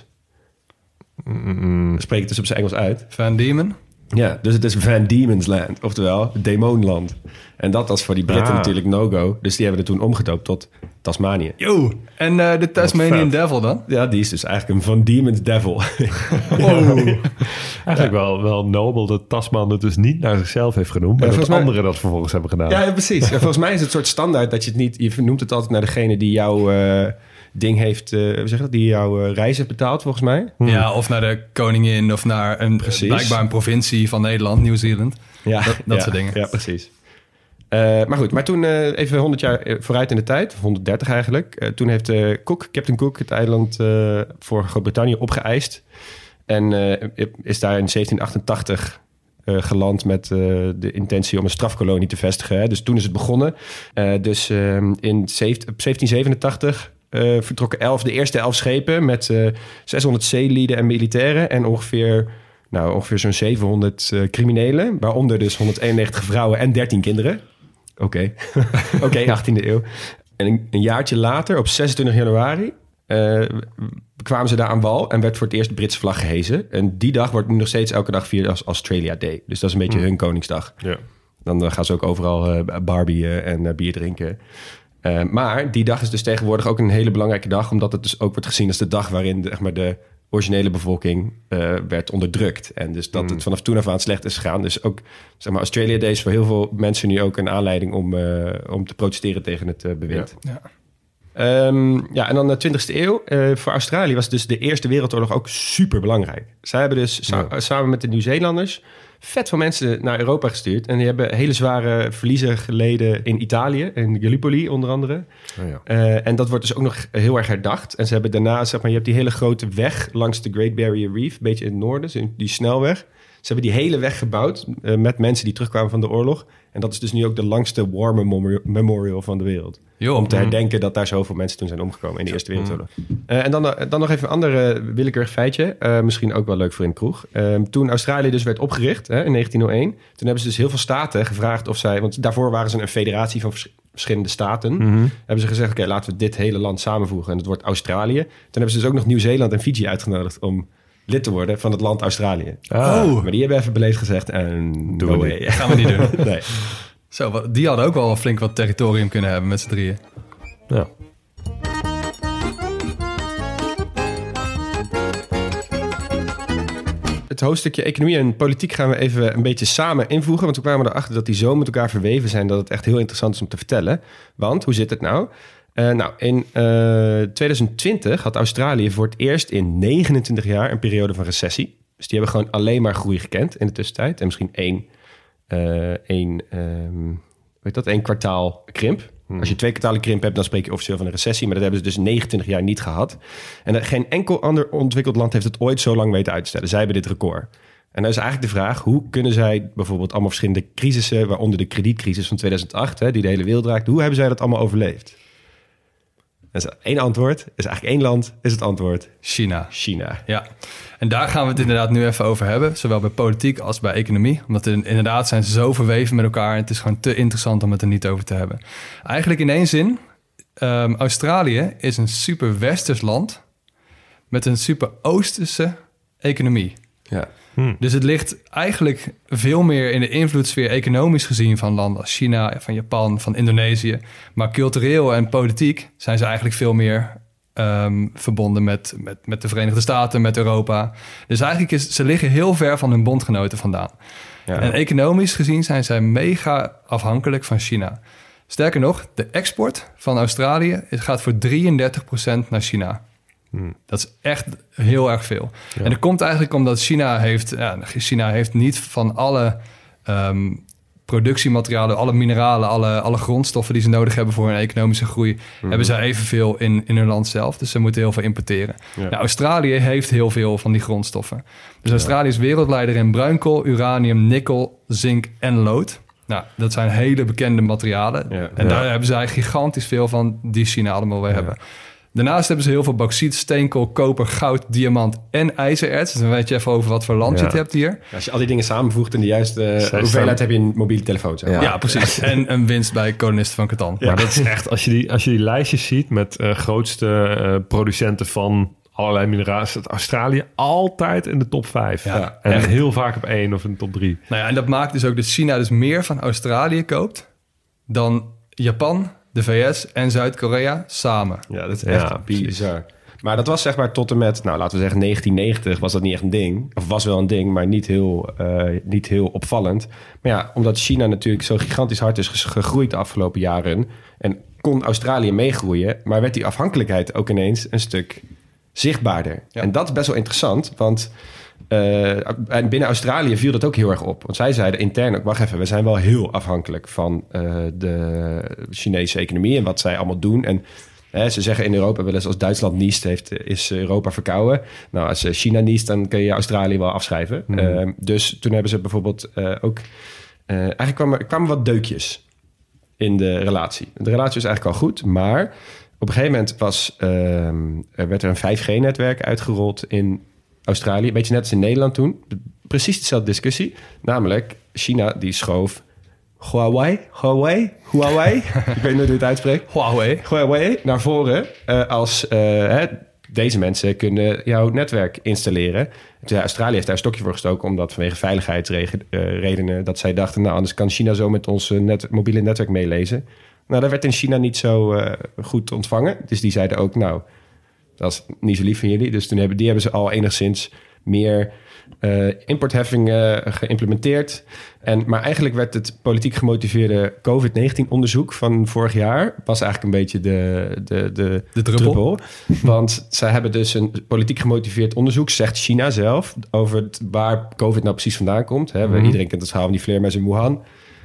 Mm-mm. Spreek het dus op zijn Engels uit. Van Diemen? Ja, dus het is Van Diemen's Land. Oftewel, Demonland. En dat was voor die Britten ah. natuurlijk no-go. Dus die hebben er toen omgedoopt tot Tasmanië. Yo, en uh, de Tasmanian Devil dan? Ja, die is dus eigenlijk een Van Diemen's Devil. Oh. Eigenlijk ja. wel, wel nobel dat Tasman het dus niet naar zichzelf heeft genoemd... maar ja, dat mij... anderen dat vervolgens hebben gedaan. Ja, ja precies. Ja, volgens mij is het soort standaard dat je het niet... Je noemt het altijd naar degene die jouw uh, ding heeft... Uh, hoe zeg dat? Die jouw uh, reis heeft betaald, volgens mij. Hmm. Ja, of naar de koningin of naar een precies. blijkbaar een provincie van Nederland, Nieuw-Zeeland. Ja, dat dat ja, soort dingen. Ja, precies. Uh, maar goed, maar toen uh, even honderd jaar vooruit in de tijd, of honderddertig eigenlijk. Uh, toen heeft uh, Cook, Captain Cook het eiland uh, voor Groot-Brittannië opgeëist. En uh, is daar in zeventien achtentachtig uh, geland met uh, de intentie om een strafkolonie te vestigen. Hè. Dus toen is het begonnen. Uh, dus uh, in zeventien zevenentachtig uh, vertrokken elf, de eerste elf schepen met uh, zeshonderd zeelieden en militairen en ongeveer... Nou, ongeveer zo'n zevenhonderd uh, criminelen, waaronder dus honderdeenennegentig vrouwen en dertien kinderen. Oké, okay. Oké, okay, achttiende eeuw. En een, een jaartje later, op zesentwintig januari, uh, kwamen ze daar aan wal en werd voor het eerst de Britse vlag gehezen. En die dag wordt nu nog steeds elke dag gevierd als Australia Day. Dus dat is een beetje hmm. hun koningsdag. Ja. Dan uh, gaan ze ook overal uh, Barbie uh, en uh, bier drinken. Uh, maar die dag is dus tegenwoordig ook een hele belangrijke dag, omdat het dus ook wordt gezien als de dag waarin de, zeg maar, de originele bevolking uh, werd onderdrukt. En dus dat mm. het vanaf toen af aan slecht is gegaan. Dus ook, zeg maar, Australia Day is voor heel veel mensen nu ook een aanleiding om, uh, om te protesteren tegen het uh, bewind. Ja. Ja. Um, ja, en dan de twintigste eeuw. Uh, voor Australië was dus de Eerste Wereldoorlog ook super belangrijk. Zij hebben dus sa- ja. samen met de Nieuw-Zeelanders vet veel mensen naar Europa gestuurd. En die hebben hele zware verliezen geleden in Italië. In Gallipoli onder andere. Oh ja. uh, en dat wordt dus ook nog heel erg herdacht. En ze hebben daarna, zeg maar, je hebt die hele grote weg langs de Great Barrier Reef. Een beetje in het noorden, die snelweg. Ze hebben die hele weg gebouwd uh, met mensen die terugkwamen van de oorlog. En dat is dus nu ook de langste war memorial van de wereld. Jo, om te herdenken dat daar zoveel mensen toen zijn omgekomen in de Eerste Wereldoorlog. Mm. Uh, en dan, dan nog even een ander uh, willekeurig feitje. Uh, misschien ook wel leuk voor in de kroeg. Uh, toen Australië dus werd opgericht hè, in negentienhonderdéén... toen hebben ze dus heel veel staten gevraagd of zij... want daarvoor waren ze een federatie van vers- verschillende staten. Mm-hmm. Hebben ze gezegd, oké, okay, laten we dit hele land samenvoegen. En dat wordt Australië. Toen hebben ze dus ook nog Nieuw-Zeeland en Fiji uitgenodigd om lid te worden van het land Australië. Oh. Maar die hebben even beleefd gezegd... en doen we niet. Gaan we niet doen. Nee. Zo, die hadden ook wel flink wat territorium kunnen hebben met z'n drieën. Ja. Het hoofdstukje economie en politiek gaan we even een beetje samen invoegen. Want we kwamen erachter dat die zo met elkaar verweven zijn... dat het echt heel interessant is om te vertellen. Want, hoe zit het nou? Uh, nou, in uh, twintig twintig had Australië voor het eerst in negenentwintig jaar... een periode van recessie. Dus die hebben gewoon alleen maar groei gekend in de tussentijd. En misschien één... Uh, één, um, weet dat, één kwartaal krimp. Hmm. Als je twee kwartalen krimp hebt, dan spreek je officieel van een recessie. Maar dat hebben ze dus negenentwintig jaar niet gehad. En uh, geen enkel ander ontwikkeld land heeft het ooit zo lang weten uit te stellen. Zij hebben dit record. En dan is eigenlijk de vraag, hoe kunnen zij bijvoorbeeld allemaal verschillende crisissen... waaronder de kredietcrisis van tweeduizend acht, hè, die de hele wereld raakt... hoe hebben zij dat allemaal overleefd? Dat is één antwoord. Is eigenlijk één land. Is het antwoord China. China. Ja, en daar gaan we het inderdaad nu even over hebben. Zowel bij politiek als bij economie. Omdat er inderdaad zijn ze zo verweven met elkaar. En het is gewoon te interessant om het er niet over te hebben. Eigenlijk in één zin. Um, Australië is een super westers land. Met een super oosterse economie. Ja. Hmm. Dus het ligt eigenlijk veel meer in de invloedssfeer economisch gezien van landen als China, van Japan, van Indonesië. Maar cultureel en politiek zijn ze eigenlijk veel meer um, verbonden met, met, met de Verenigde Staten, met Europa. Dus eigenlijk is ze liggen heel ver van hun bondgenoten vandaan. Ja. En economisch gezien zijn zij mega afhankelijk van China. Sterker nog, de export van Australië gaat voor drieëndertig procent naar China. Hmm. Dat is echt heel erg veel. Ja. En dat komt eigenlijk omdat China heeft... Ja, China heeft niet van alle um, productiematerialen... alle mineralen, alle, alle grondstoffen die ze nodig hebben... voor een economische groei... Hmm. hebben ze evenveel in, in hun land zelf. Dus ze moeten heel veel importeren. Ja. Nou, Australië heeft heel veel van die grondstoffen. Dus Australië is wereldleider in bruinkool, uranium, nikkel, zink en lood. Nou, dat zijn hele bekende materialen. Ja. En ja. daar hebben zij gigantisch veel van... die China allemaal weer ja. hebben. Daarnaast hebben ze heel veel bauxiet, steenkool, koper, goud, diamant en ijzererts. Dus dan weet je even over wat voor land ja. je het hebt hier. Als je al die dingen samenvoegt in de juiste uh, hoeveelheid heb je een mobiele telefoon. Zo. Ja. ja, precies. En een winst bij kolonisten van Catan. Ja. Maar dat is echt, als je die, als je die lijstjes ziet met uh, grootste uh, producenten van allerlei mineralen, staat Australië altijd in de top vijf. Ja, en echt. Heel vaak op één of in de top drie. Nou ja, en dat maakt dus ook dat China dus meer van Australië koopt dan Japan, de V S en Zuid-Korea samen. Ja, dat is echt ja, bizar. Maar dat was zeg maar tot en met, nou laten we zeggen negentien negentig was dat niet echt een ding. Of was wel een ding, maar niet heel, uh, niet heel opvallend. Maar ja, omdat China natuurlijk zo gigantisch hard is gegroeid de afgelopen jaren... en kon Australië meegroeien, maar werd die afhankelijkheid ook ineens een stuk zichtbaarder. Ja. En dat is best wel interessant, want... Uh, en binnen Australië viel dat ook heel erg op. Want zij zeiden intern ook, wacht even, we zijn wel heel afhankelijk van uh, de Chinese economie en wat zij allemaal doen. En hè, ze zeggen in Europa wel eens, als Duitsland niest, heeft, is Europa verkouden. Nou, als China niest, dan kun je Australië wel afschrijven. Mm. Uh, dus toen hebben ze bijvoorbeeld uh, ook... Uh, eigenlijk kwamen, kwamen wat deukjes in de relatie. De relatie is eigenlijk al goed, maar op een gegeven moment was, uh, er werd er een vijf G netwerk uitgerold in Australië, een beetje net als in Nederland toen. Precies dezelfde discussie. Namelijk, China die schoof Huawei, Huawei, Huawei. Ik weet niet hoe je het uitspreekt. Huawei. Huawei naar voren uh, als uh, hè, deze mensen kunnen jouw netwerk installeren. Toen Australië heeft daar een stokje voor gestoken, omdat vanwege veiligheidsredenen dat zij dachten, nou anders kan China zo met ons net, mobiele netwerk meelezen. Nou, dat werd in China niet zo uh, goed ontvangen. Dus die zeiden ook, nou, dat is niet zo lief van jullie. Dus toen hebben, die hebben ze al enigszins meer uh, importheffingen geïmplementeerd. En, maar eigenlijk werd het politiek gemotiveerde covid negentien onderzoek van vorig jaar... was eigenlijk een beetje de, de, de, de druppel. druppel. Want zij hebben dus een politiek gemotiveerd onderzoek, zegt China zelf, over het, waar COVID nou precies vandaan komt. Hè? Mm-hmm. Iedereen kent het verhaal van die vleermuis in Wuhan.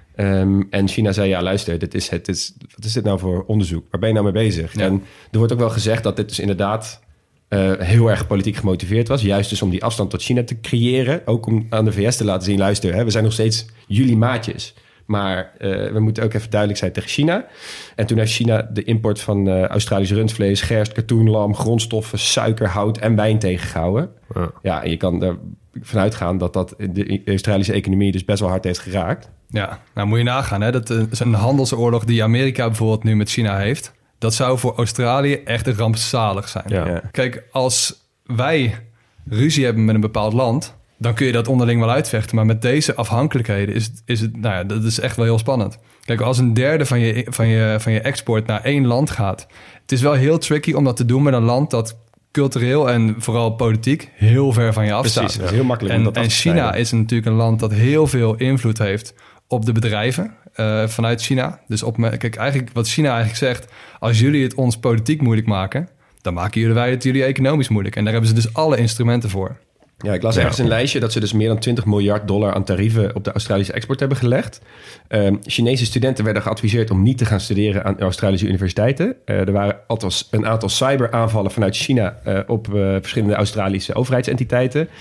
Um, en China zei, ja luister, dit is het, is, wat is dit nou voor onderzoek? Waar ben je nou mee bezig? Ja. En er wordt ook wel gezegd dat dit dus inderdaad uh, heel erg politiek gemotiveerd was. Juist dus om die afstand tot China te creëren. Ook om aan de V S te laten zien, luister, hè, we zijn nog steeds jullie maatjes. Maar uh, we moeten ook even duidelijk zijn tegen China. En toen heeft China de import van uh, Australisch rundvlees, gerst, katoen, lam, grondstoffen, suiker, hout en wijn tegengehouden. Ja, ja en je kan er vanuit gaan dat dat de Australische economie dus best wel hard heeft geraakt. Ja, nou moet je nagaan. Hè? Dat is een handelsoorlog die Amerika bijvoorbeeld nu met China heeft. Dat zou voor Australië echt rampzalig zijn. Ja. Ja. Kijk, als wij ruzie hebben met een bepaald land, dan kun je dat onderling wel uitvechten. Maar met deze afhankelijkheden is, is het, nou ja, dat is echt wel heel spannend. Kijk, als een derde van je, van je, van je export naar één land gaat, het is wel heel tricky om dat te doen met een land dat cultureel en vooral politiek heel ver van je afstaat. Precies, dat is heel makkelijk om en, dat af en te China snijden. is natuurlijk een land dat heel veel invloed heeft op de bedrijven uh, vanuit China. Dus op, kijk, eigenlijk wat China eigenlijk zegt, als jullie het ons politiek moeilijk maken, dan maken jullie wij het jullie economisch moeilijk. En daar hebben ze dus alle instrumenten voor. Ja, ik las ergens een lijstje dat ze dus meer dan twintig miljard dollar aan tarieven op de Australische export hebben gelegd. Um, Chinese studenten werden geadviseerd om niet te gaan studeren aan Australische universiteiten. Uh, er waren althans een aantal cyberaanvallen vanuit China uh, op uh, verschillende Australische overheidsentiteiten.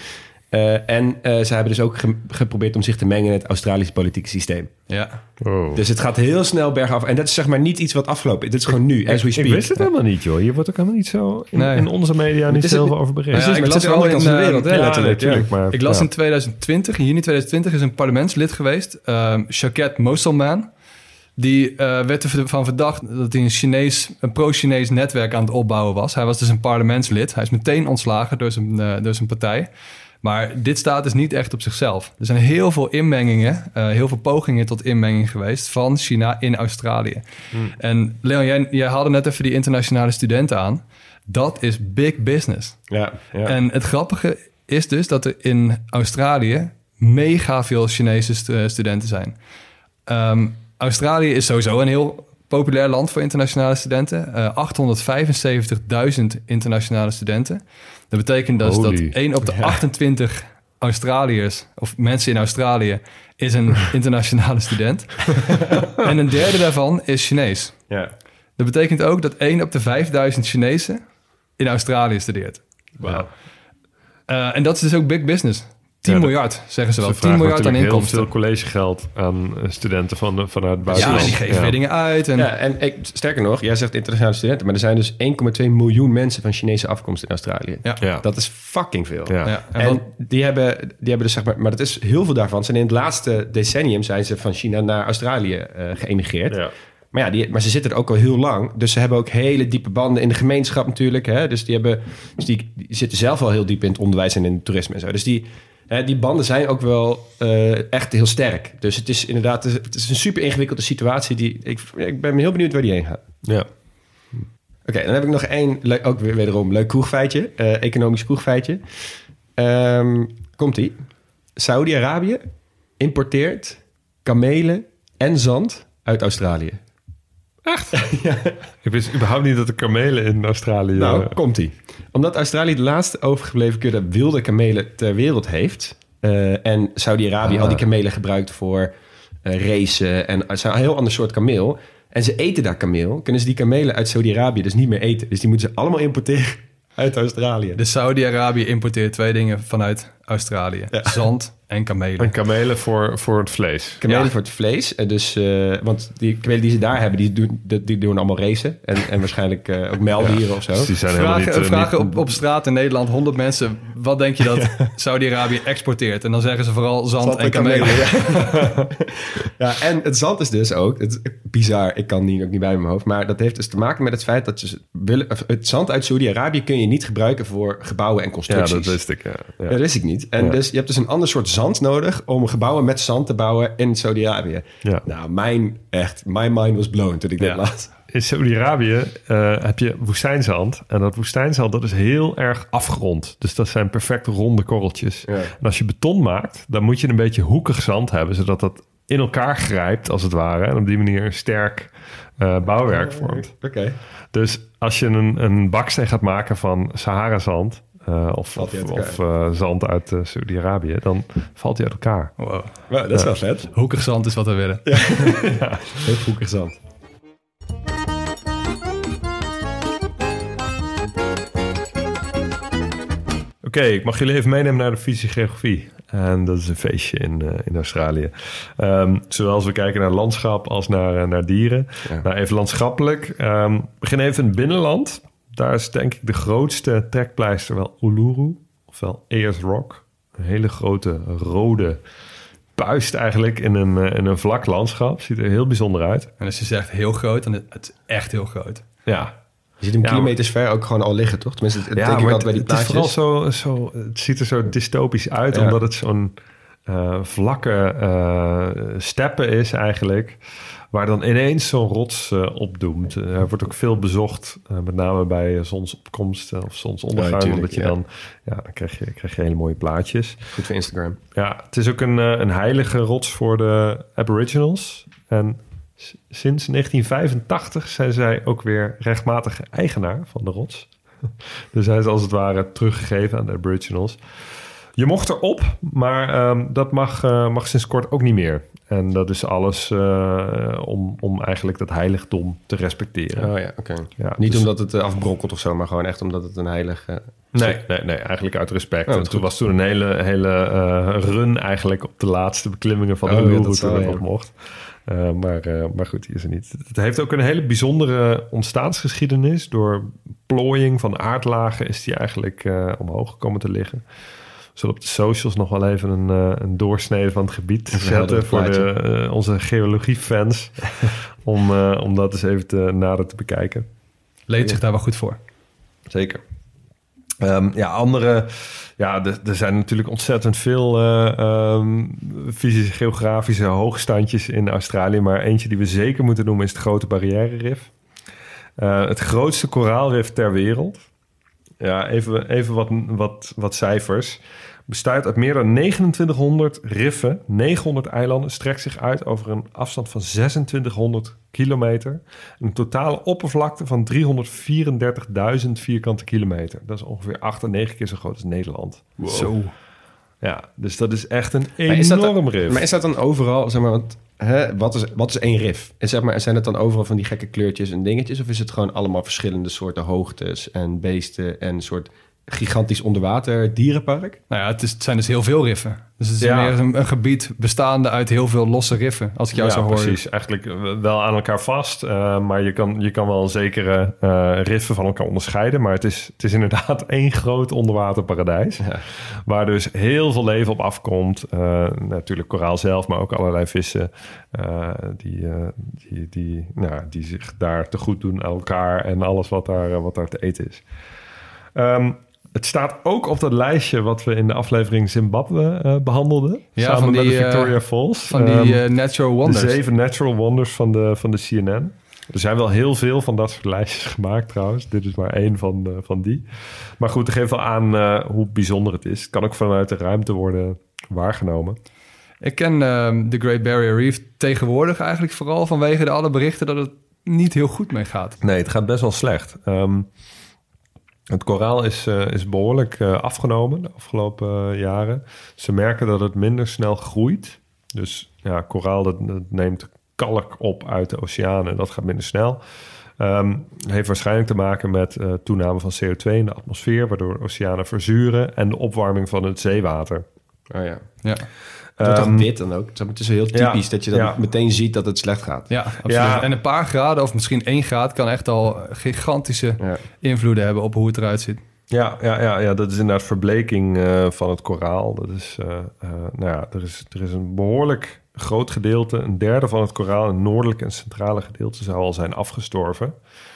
Uh, en uh, ze hebben dus ook ge- geprobeerd om zich te mengen in het Australische politieke systeem. Ja. Oh. Dus het gaat heel snel bergaf. En dat is zeg maar niet iets wat afgelopen is. Dit is gewoon nu, as we speak. Ik wist het helemaal niet, joh. Hier wordt ook helemaal niet zo in, Nee. in onze media niet is veel het- over bericht. Ja, Precies, ik maar las het zit aan de wel andere kant in, van de wereld, hè, ja, letterlijk. natuurlijk. Ja. Maar, Ik las ja. in twintig twintig, in juni twintig twintig, is een parlementslid geweest, um, Shaukat Moselman. Die uh, werd ervan verdacht dat hij een, Chinees, een pro-Chinees netwerk aan het opbouwen was. Hij was dus een parlementslid. Hij is meteen ontslagen door zijn, uh, door zijn partij. Maar dit staat dus niet echt op zichzelf. Er zijn heel veel inmengingen, uh, heel veel pogingen tot inmenging geweest van China in Australië. Hmm. En Leon, jij, jij haalde net even die internationale studenten aan. Dat is big business. Ja, ja. En het grappige is dus dat er in Australië mega veel Chinese stu- studenten zijn. Um, Australië is sowieso een heel populair land voor internationale studenten. Uh, achthonderdvijfenzeventigduizend internationale studenten. Dat betekent dus Holy. dat één op de achtentwintig Australiërs, of mensen in Australië, is een internationale student. En een derde daarvan is Chinees. ja. Dat betekent ook dat één op de vijfduizend Chinezen in Australië studeert. Wauw. Uh, en dat is dus ook big business. tien Ja, dat- miljard, zeggen ze wel. Ze tien vragen miljard aan natuurlijk inkomsten. heel veel collegegeld aan uh, studenten van, de- vanuit het Ja, buitenland. die geven weer dingen uit. En, Ja, en ik, sterker nog, jij zegt internationale studenten, maar er zijn dus één komma twee miljoen mensen van Chinese afkomst in Australië. Ja. Ja. Dat is fucking veel. Ja. Ja, en En, wat- die, hebben, die hebben dus zeg maar, maar dat is heel veel daarvan. Zijn in het laatste decennium zijn ze van China naar Australië uh, geëmigreerd. Ja. Maar ja, die, maar ze zitten er ook al heel lang. Dus ze hebben ook hele diepe banden in de gemeenschap natuurlijk. Hè? Dus, die, hebben, dus die, die zitten zelf al heel diep in het onderwijs en in het toerisme en zo. Dus die, hè, die banden zijn ook wel uh, echt heel sterk. Dus het is inderdaad het is een super ingewikkelde situatie. Die, ik, ik ben heel benieuwd waar die heen gaat. Ja. Oké, okay, dan heb ik nog één, le- ook weer wederom leuk kroegfeitje. Uh, economisch kroegfeitje. Um, Komt-ie. Saudi-Arabië importeert kamelen en zand uit Australië. Echt? Ja. Ik wist überhaupt niet dat er kamelen in Australië... Nou, komt-ie. Omdat Australië de laatste overgebleven kudde wilde kamelen ter wereld heeft... Uh, en Saudi-Arabië Ah. al die kamelen gebruikt voor uh, racen... en het is een heel ander soort kameel... en ze eten daar kameel... kunnen ze die kamelen uit Saudi-Arabië dus niet meer eten. Dus die moeten ze allemaal importeren uit Australië. De Saudi-Arabië importeert twee dingen vanuit Australië. Ja. Zand en kamelen. En kamelen voor, voor het vlees. Kamelen Ja. voor het vlees. En dus, uh, want die kamelen die ze daar hebben, die doen, die, die doen allemaal racen. En, en waarschijnlijk uh, ook meldieren ja. of zo. Dus die zijn helemaal Vragen, niet... uh, vragen niet- op, op straat in Nederland, honderd mensen... wat denk je dat Saudi-Arabië exporteert? En dan zeggen ze vooral zand, Zand en en kamelen. kamelen, Ja, en het zand is dus ook... Het is bizar, ik kan die ook niet bij mijn hoofd... maar dat heeft dus te maken met het feit dat ze willen... of het zand uit Saudi-Arabië kun je niet gebruiken... voor gebouwen en Ja, constructies. dat wist ik, ja. ja. Ja, dat wist ik niet. En Ja. dus je hebt dus een ander soort zand nodig... om gebouwen met zand te bouwen in Saudi-Arabië. Ja. Nou, mijn, echt, my mind was blown toen ik dit Ja. las. In Saudi-Arabië uh, heb je woestijnzand. En dat woestijnzand dat is heel erg afgerond. Dus dat zijn perfect ronde korreltjes. Ja. En als je beton maakt, dan moet je een beetje hoekig zand hebben... zodat dat in elkaar grijpt, als het ware. En op die manier een sterk uh, bouwwerk vormt. Oké. Okay. Dus als je een, een baksteen gaat maken van Sahara-zand... Uh, of Valt of, hij uit of uh, zand uit uh, Saudi-Arabië, dan valt hij uit elkaar. Wow. Wow, dat is wel vet. Hoekig zand is wat we willen. Ja. Ja. Heel hoekig zand. Oké, okay, ik mag jullie even meenemen naar de Fysie-geografie. En dat is een feestje in, uh, in Australië. Um, zowel als we kijken naar landschap als naar, uh, naar dieren. Ja. Nou, even landschappelijk. Um, we beginnen even in het binnenland. Daar is denk ik de grootste trekpleister wel Uluru, ofwel Ayers Rock. Een hele grote rode puist eigenlijk in een, uh, in een vlak landschap. Ziet er heel bijzonder uit. En als je zegt heel groot, dan is het echt heel groot. Ja. Je ziet hem ja, kilometers ver ook gewoon al liggen, toch? Tenminste, dat ja, denk ik maar altijd bij die het, het is plaatjes. vooral zo, zo... Het ziet er zo dystopisch uit, ja. Omdat het zo'n uh, vlakke uh, steppe is eigenlijk... waar dan ineens zo'n rots uh, opdoemt. Uh, er wordt ook veel bezocht, uh, met name bij uh, zonsopkomst uh, of zonsondergang. Ja, tuurlijk, omdat je ja. dan... Ja, dan krijg je, krijg je hele mooie plaatjes. Goed voor Instagram. Ja, het is ook een, uh, een heilige rots voor de Aboriginals. En s- sinds negentien vijfentachtig zijn zij ook weer rechtmatige eigenaar van de rots. Dus hij is als het ware teruggegeven aan de Aboriginals. Je mocht erop, maar um, dat mag, uh, mag sinds kort ook niet meer. En dat is alles uh, om, om eigenlijk dat heiligdom te respecteren. Oh ja, oké. Okay. Ja, niet dus... omdat het uh, afbrokkelt of zo, maar gewoon echt omdat het een heilig... Uh... Nee, nee, nee, eigenlijk uit respect. Oh, en toen was toen een hele, hele uh, run eigenlijk op de laatste beklimmingen van de oh, Uluru ja, toen dat nog mocht. Uh, maar, uh, maar goed, die is er niet. Het heeft ook een hele bijzondere ontstaansgeschiedenis. Door plooiing van aardlagen is die eigenlijk uh, omhoog gekomen te liggen. We zullen op de socials nog wel even een, uh, een doorsnede van het gebied zetten voor de, uh, onze geologiefans. om, uh, om dat eens even te, nader te bekijken. Leed zich daar wel goed voor. Zeker. Um, ja, andere... Ja, er, er zijn natuurlijk ontzettend veel uh, um, fysische, geografische hoogstandjes in Australië. Maar eentje die we zeker moeten noemen is het Grote Barrière-rif. Uh, het grootste koraalrif ter wereld. Ja, even, even wat, wat, wat cijfers. Bestaat uit meer dan negenentwintighonderd riffen, negenhonderd eilanden, strekt zich uit over een afstand van zesentwintighonderd kilometer. Een totale oppervlakte van driehonderdvierendertigduizend vierkante kilometer. Dat is ongeveer acht à negen keer zo groot als Nederland. Wow. Zo. Ja, dus dat is echt een maar is dat enorm dan, rif. Maar is dat dan overal, zeg maar, want, hè, wat, is, wat is één rif? En zeg maar, zijn het dan overal van die gekke kleurtjes en dingetjes? Of is het gewoon allemaal verschillende soorten hoogtes en beesten en een soort gigantisch onderwater dierenpark? Nou ja, het, is, het zijn dus heel veel riffen. Dus het is Ja. meer een, een gebied bestaande uit heel veel losse riffen, als ik jou Ja, zo hoor. precies. Eigenlijk wel aan elkaar vast. Uh, maar je kan, je kan wel zekere uh, riffen van elkaar onderscheiden. Maar het is, het is inderdaad één groot onderwaterparadijs. Ja. Waar dus heel veel leven op afkomt. Uh, natuurlijk koraal zelf, maar ook allerlei vissen uh, die, uh, die, die, nou, die zich daar te goed doen aan elkaar. En alles wat daar, uh, wat daar te eten is. Um, Het staat ook op dat lijstje wat we in de aflevering Zimbabwe uh, behandelden. Ja, samen van die, met de Victoria uh, Falls. Van die uh, Natural Wonders. De zeven Natural Wonders van de, van de C N N. Er zijn wel heel veel van dat soort lijstjes gemaakt trouwens. Dit is maar één van, uh, van die. Maar goed, dat geeft wel aan uh, hoe bijzonder het is. Het kan ook vanuit de ruimte worden waargenomen. Ik ken uh, de Great Barrier Reef tegenwoordig eigenlijk vooral vanwege de alle berichten dat het niet heel goed mee gaat. Nee, het gaat best wel slecht. Um, Het koraal is, uh, is behoorlijk uh, afgenomen de afgelopen uh, jaren. Ze merken dat het minder snel groeit. Dus ja, koraal dat, dat neemt kalk op uit de oceanen en dat gaat minder snel. Um, heeft waarschijnlijk te maken met uh, toename van C O twee in de atmosfeer, waardoor de oceanen verzuren en de opwarming van het zeewater. Oh ja. Ja. Het wordt Um, toch wit dan ook? Het is heel typisch ja, dat je dan ja. meteen ziet dat het slecht gaat. Ja, absoluut. Ja. En een paar graden of misschien één graad kan echt al gigantische Ja. invloeden hebben op hoe het eruit ziet. Ja, ja, ja, ja, dat is inderdaad verbleking uh, van het koraal. Dat is, uh, uh, nou ja, er is, er is een behoorlijk groot gedeelte, een derde van het koraal, een noordelijke en centrale gedeelte zou al zijn afgestorven.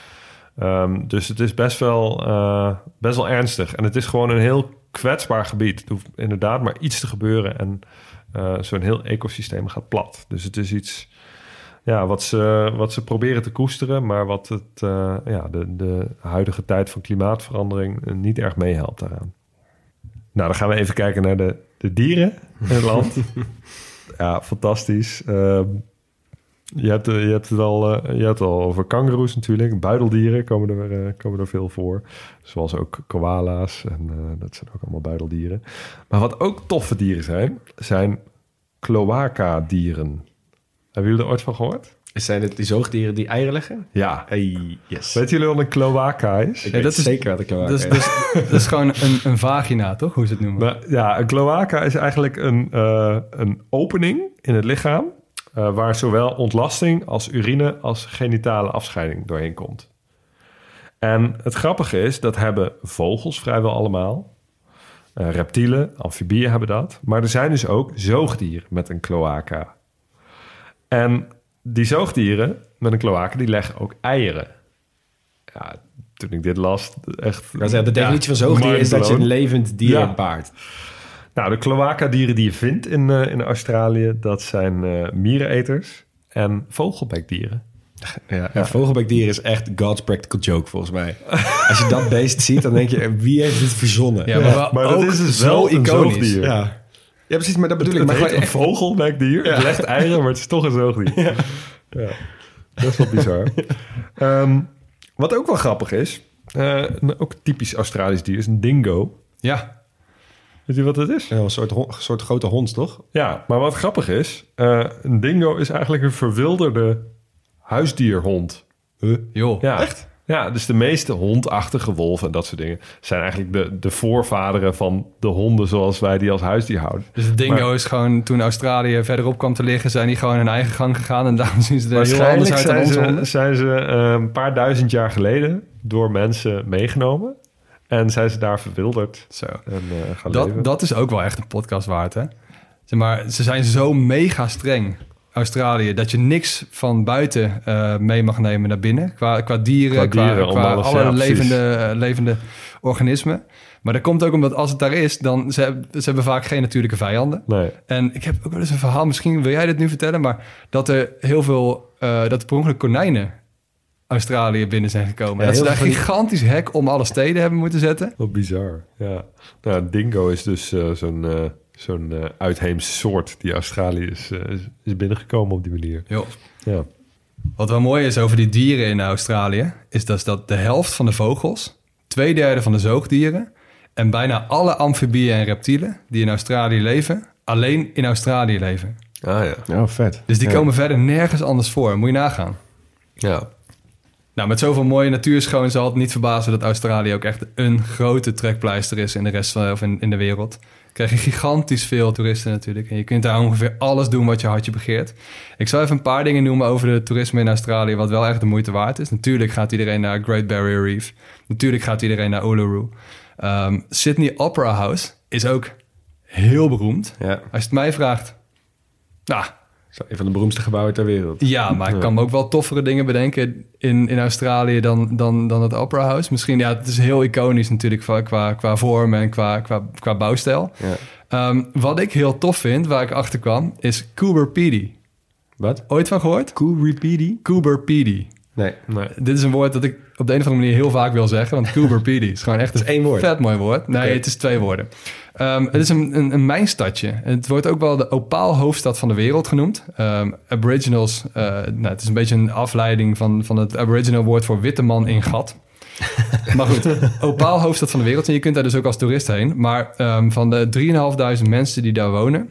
Um, dus het is best wel, uh, best wel ernstig. En het is gewoon een heel kwetsbaar gebied. Het hoeft inderdaad maar iets te gebeuren en uh, zo'n heel ecosysteem gaat plat. Dus het is iets ja, wat, ze, wat ze proberen te koesteren, maar wat het, uh, ja, de, de huidige tijd van klimaatverandering uh, niet erg meehelpt daaraan. Nou, dan gaan we even kijken naar de, de dieren in het land. Ja, fantastisch. Uh, je, hebt, uh, je, hebt het al, uh, je hebt het al over kangoeroes natuurlijk. Buideldieren komen er, uh, komen er veel voor. Zoals ook koala's. En uh, dat zijn ook allemaal buideldieren. Maar wat ook toffe dieren zijn, zijn cloaca-dieren. Hebben jullie er ooit van gehoord? Zijn het die zoogdieren die eieren leggen? Ja. Hey, yes. Weet jullie wat een cloaca is? Ik Ja, weet dat is- zeker wat een cloaca Dat is, is. dat is, dat is gewoon een, een vagina, toch? Hoe ze het noemen. Maar, ja, een cloaca is eigenlijk een, uh, een opening in het lichaam uh, waar zowel ontlasting als urine als genitale afscheiding doorheen komt. En het grappige is, dat hebben vogels vrijwel allemaal. Uh, reptielen, amfibieën hebben dat. Maar er zijn dus ook zoogdieren met een cloaca. En die zoogdieren met een cloaca, die leggen ook eieren. Ja, toen ik dit las, echt... Ik wou zeggen, de definitie van zoogdier is dat je een levend dier Ja. baart. Nou, de cloaca-dieren die je vindt in, uh, in Australië, dat zijn uh, miereneters en vogelbekdieren. Ja, en vogelbekdier is echt God's practical joke, volgens mij. Als je dat beest ziet, dan denk je, wie heeft dit verzonnen? Ja, maar, wel Maar dat ook is dus zo wel een iconisch. zoogdier. Ja. Ja, precies, maar dat bedoel ik. Het Maar heet gewoon een vogelbekdier. Het legt eieren, maar het is toch een zoogdier. Ja. Ja, dat is wel bizar. um, wat ook wel grappig is, uh, ook typisch Australisch dier, is een dingo. Ja, Weet je wat het is? Ja, een soort, hond, soort grote hond, toch? Ja, maar wat grappig is... Uh, een dingo is eigenlijk een verwilderde huisdierhond. Huh? Joh, Ja. Echt? Ja, dus de meeste hondachtige wolven en dat soort dingen... zijn eigenlijk de, de voorvaderen van de honden zoals wij die als huisdier houden. dus de dingo Maar- is gewoon toen Australië verderop kwam te liggen... zijn die gewoon hun eigen gang gegaan en daarom zien ze er heel anders Waarschijnlijk uit dan zijn onze ze, honden. zijn ze uh, een paar duizend jaar geleden door mensen meegenomen... en zijn ze daar verwilderd Zo. en uh, gaan leven. Dat, dat is ook wel echt een podcast waard, hè? Zeg maar, ze zijn zo mega streng, Australië... dat je niks van buiten uh, mee mag nemen naar binnen. Qua, qua dieren, Qua dieren, qua, om qua alles, alle ja, precies. levende, uh, levende organismen. Maar dat komt ook omdat als het daar is... dan ze, hebben- ze hebben vaak geen natuurlijke vijanden. Nee. En ik heb ook wel eens een verhaal, misschien wil jij dit nu vertellen... maar dat er heel veel, uh, dat er per ongeluk konijnen Australië binnen zijn gekomen. Ja, dat ze heel daar veel een van die- gigantisch hek om alle steden hebben moeten zetten. Wat bizar, ja. Nou, een dingo is dus uh, zo'n, uh, zo'n uh, uitheemse soort... die Australië is, uh, is, is binnengekomen op die manier. Jo. Ja. Wat wel mooi is over die dieren in Australië... is dat, dat de helft van de vogels, twee derde van de zoogdieren... en bijna alle amfibieën en reptielen die in Australië leven... alleen in Australië leven. Ah ja. Oh, vet. Dus die Ja. komen verder nergens anders voor. Moet je nagaan. Ja. Nou, met zoveel mooie natuurschoon zal het niet verbazen... dat Australië ook echt een grote trekpleister is... in de rest van of in, in de wereld. Krijg je gigantisch veel toeristen natuurlijk. En je kunt daar ongeveer alles doen wat je hartje begeert. Ik zal even een paar dingen noemen over de toerisme in Australië... wat wel echt de moeite waard is. Natuurlijk gaat iedereen naar Great Barrier Reef. Natuurlijk gaat iedereen naar Uluru. Um, Sydney Opera House is ook heel beroemd. Ja. Als je het mij vraagt... Nou, Een van de beroemdste gebouwen ter wereld. ja, maar ik kan me ook wel toffere dingen bedenken in, in Australië dan, dan, dan het Opera House. Misschien, ja, het is heel iconisch natuurlijk qua, qua, qua vorm en qua, qua, qua bouwstijl. Ja. Um, wat ik heel tof vind, waar ik achter kwam, is Coober Pedy. Wat? Ooit van gehoord? Coober Pedy? Coober Pedy. Nee. Nee. Dit is een woord dat ik op de een of andere manier heel vaak wil zeggen. Want Coober Pedy is gewoon echt Het is één woord. vet mooi woord. Nee, Oké. het is twee woorden. Um, het is een, een, een mijnstadje. Het wordt ook wel de opaalhoofdstad van de wereld genoemd. Um, Aboriginals, uh, nou, het is een beetje een afleiding van, van het Aboriginal woord voor witte man in gat. Maar goed, opaalhoofdstad van de wereld. En je kunt daar dus ook als toerist heen. Maar um, van de drieduizend vijfhonderd mensen die daar wonen...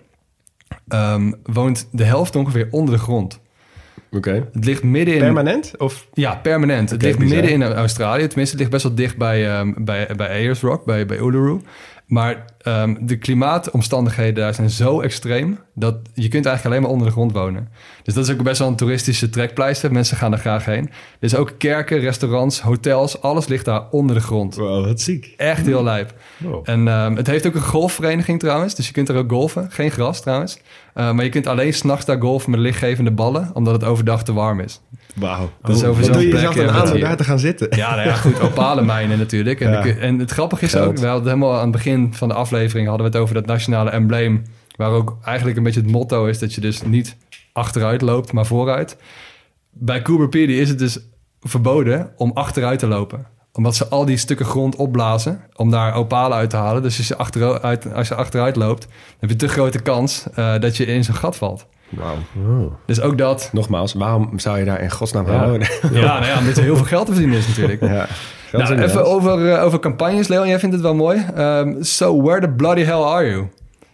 Um, woont de helft ongeveer onder de grond. Oké. Het ligt midden in... Permanent? Of? Ja, permanent. Het Oké, ligt bizar. midden in Australië. Tenminste, het ligt best wel dicht bij, um, bij, bij Ayers Rock, bij, bij Uluru. Maar um, de klimaatomstandigheden daar zijn zo extreem... dat je kunt eigenlijk alleen maar onder de grond wonen. Dus dat is ook best wel een toeristische trekpleister. Mensen gaan er graag heen. Er is ook kerken, restaurants, hotels. Alles ligt daar onder de grond. Wow, wat ziek. Echt heel lijp. Wow. En um, het heeft ook een golfvereniging trouwens. Dus je kunt er ook golfen. Geen gras trouwens. Uh, maar je kunt alleen 's nachts daar golfen met lichtgevende ballen... omdat het overdag te warm is. Wauw. Dat is over Wat zo'n doe je plek, jezelf dan ja, aan met om hier. daar te gaan zitten? Ja, nou ja, goed, opalenmijnen natuurlijk. En, Ja. ik- en het grappige is Geld. ook... we hadden helemaal aan het begin van de aflevering... hadden we het over dat nationale embleem... waar ook eigenlijk een beetje het motto is... dat je dus niet achteruit loopt, maar vooruit. Bij Coober Pedy is het dus verboden om achteruit te lopen. Omdat ze al die stukken grond opblazen... om daar opalen uit te halen. Dus als je achteruit, als je achteruit loopt... dan heb je te grote kans uh, dat je in zo'n gat valt. Wauw. Dus ook dat... Nogmaals, waarom zou je daar in godsnaam gaan Ja. wonen? Ja, nou ja, omdat er heel veel geld te verdienen is natuurlijk. Ja. Geld Nou, in even huis. over, uh, over campagnes, Leon. Jij vindt het wel mooi. Um, so, where the bloody hell are you?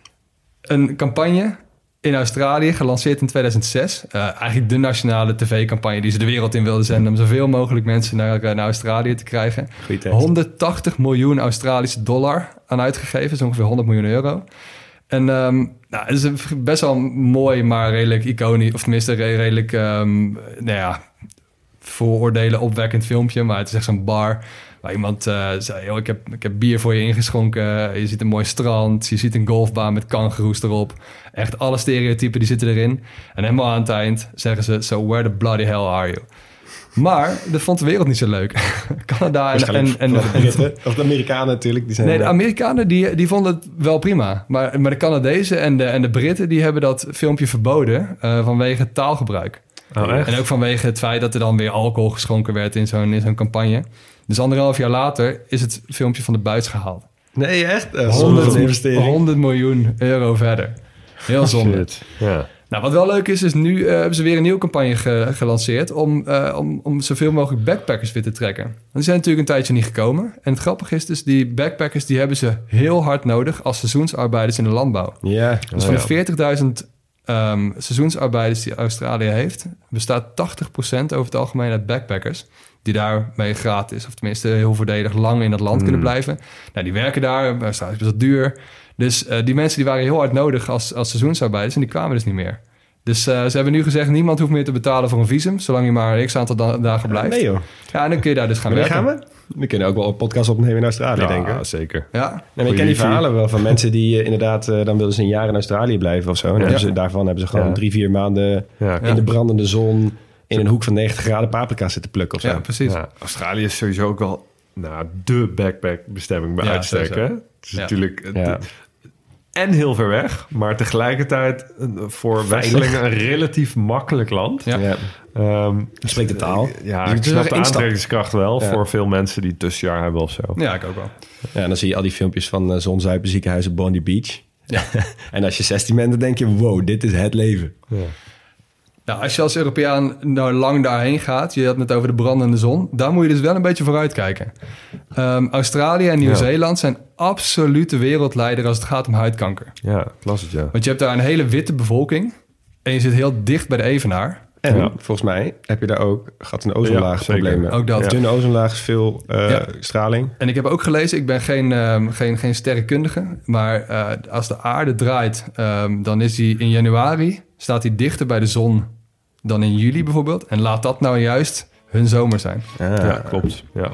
Een campagne in Australië, gelanceerd in tweeduizend zes. Uh, eigenlijk de nationale tv-campagne die ze de wereld in wilden zenden... om zoveel mogelijk mensen naar, uh, naar Australië te krijgen. Goeie tekst. honderdtachtig miljoen Australische dollar aan uitgegeven. Dat is ongeveer honderd miljoen euro. En um, nou, het is een best wel mooi, maar redelijk iconisch... of tenminste re- redelijk, um, nou ja... vooroordelen opwekkend filmpje. Maar het is echt zo'n bar waar iemand uh, zei... Yo, ik, heb, ik heb bier voor je ingeschonken. Je ziet een mooi strand. Je ziet een golfbaan met kangoeroes erop. Echt alle stereotypen die zitten erin. En helemaal aan het eind zeggen ze... So where the bloody hell are you? Maar dat vond de wereld niet zo leuk. Canada en... en, en de Britten, of de Amerikanen natuurlijk. Die zijn Nee, de Amerikanen die, die vonden het wel prima. Maar, maar de Canadezen en de, en de Britten... die hebben dat filmpje verboden uh, vanwege taalgebruik. Oh, echt? En ook vanwege het feit dat er dan weer alcohol geschonken werd in zo'n, in zo'n campagne. Dus anderhalf jaar later is het filmpje van de buis gehaald. Nee, echt? Uh, honderd, honderd miljoen euro verder. Heel zonde. Shit. Ja. Nou, wat wel leuk is, is nu uh, hebben ze weer een nieuwe campagne ge- gelanceerd... Om, uh, om, om zoveel mogelijk backpackers weer te trekken. Die zijn natuurlijk een tijdje niet gekomen. En het grappige is dus, die backpackers... die hebben ze heel hard nodig als seizoensarbeiders in de landbouw. Ja. Dus van de veertigduizend um, seizoensarbeiders die Australië heeft... bestaat tachtig procent over het algemeen uit backpackers... die daarmee gratis, of tenminste heel voordelig... lang in dat land mm. kunnen blijven. Nou, die werken daar, Australië is best wel duur... Dus uh, die mensen die waren heel hard nodig als, als seizoensarbeiders... en die kwamen dus niet meer. Dus uh, ze hebben nu gezegd... niemand hoeft meer te betalen voor een visum... zolang je maar een x-aantal da- dagen blijft. Nee joh. Ja, en dan kun je daar dus gaan Wanneer werken. gaan we? We kunnen ook wel een podcast opnemen in Australië, Ja, denk ik. zeker. Ja. En ik ken die verhalen wel van mensen die uh, inderdaad... Uh, dan wilden ze een jaar in Australië blijven of zo. En Ja. hebben ze, daarvan hebben ze gewoon Ja. drie, vier maanden... Ja, in de brandende zon... in een hoek van negentig graden paprika zitten plukken of zo. Ja, precies. Ja, Australië is sowieso ook wel nou, de backpackbestemming bij Ja, uitstek. sowieso. Hè? Het is Ja. natuurlijk... Ja. Het, en heel ver weg, maar tegelijkertijd voor Westelingen een relatief makkelijk land. Ja. Ja. Um, Je spreekt de taal. Ja, Dus ik het is snap een de instap. aantrekkingskracht wel Ja. voor veel mensen die een tussenjaar hebben of zo. Ja, ik ook wel. Ja, en dan zie je al die filmpjes van uh, zonzuipen, ziekenhuizen, Bondi Beach. Ja. En als je zestien bent, dan denk je... wow, dit is het leven. Ja. Nou, als je als Europeaan nou lang daarheen gaat... je had het net over de brandende zon... daar moet je dus wel een beetje vooruit kijken. Um, Australië en Nieuw-Zeeland zijn absolute wereldleider... als het gaat om huidkanker. Ja, ik las het, ja. Want je hebt daar een hele witte bevolking... en je zit heel dicht bij de evenaar. En Ja. volgens mij heb je daar ook gat- en ozonlaag Ja, zeker. problemen. Ook dat. Ja. Dunne ozonlaag is veel uh, Ja. straling. En ik heb ook gelezen, ik ben geen, um, geen, geen sterrenkundige... maar uh, als de aarde draait, um, dan is die in januari... staat hij dichter bij de zon dan in juli bijvoorbeeld. En laat dat nou juist hun zomer zijn. Ah. Ja, klopt. Ja.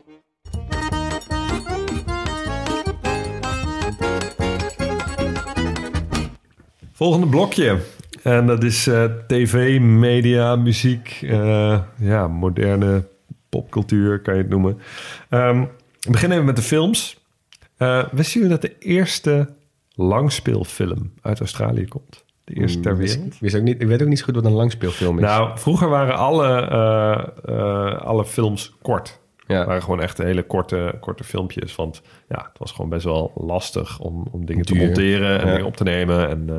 Volgende blokje. En dat is uh, tv, media, muziek, uh, ja, moderne popcultuur kan je het noemen. Um, we beginnen even met de films. Uh, wisten jullie dat de eerste langspeelfilm uit Australië komt? De eerste ter Wist- wereld? wist ook niet, ik weet ook niet zo goed wat een langspeelfilm is. Nou, vroeger waren alle, uh, uh, alle films kort. ja. Het waren gewoon echt hele korte, korte filmpjes. Want ja, het was gewoon best wel lastig om, om dingen Duur. te monteren en Ja. dingen op te nemen. En, uh,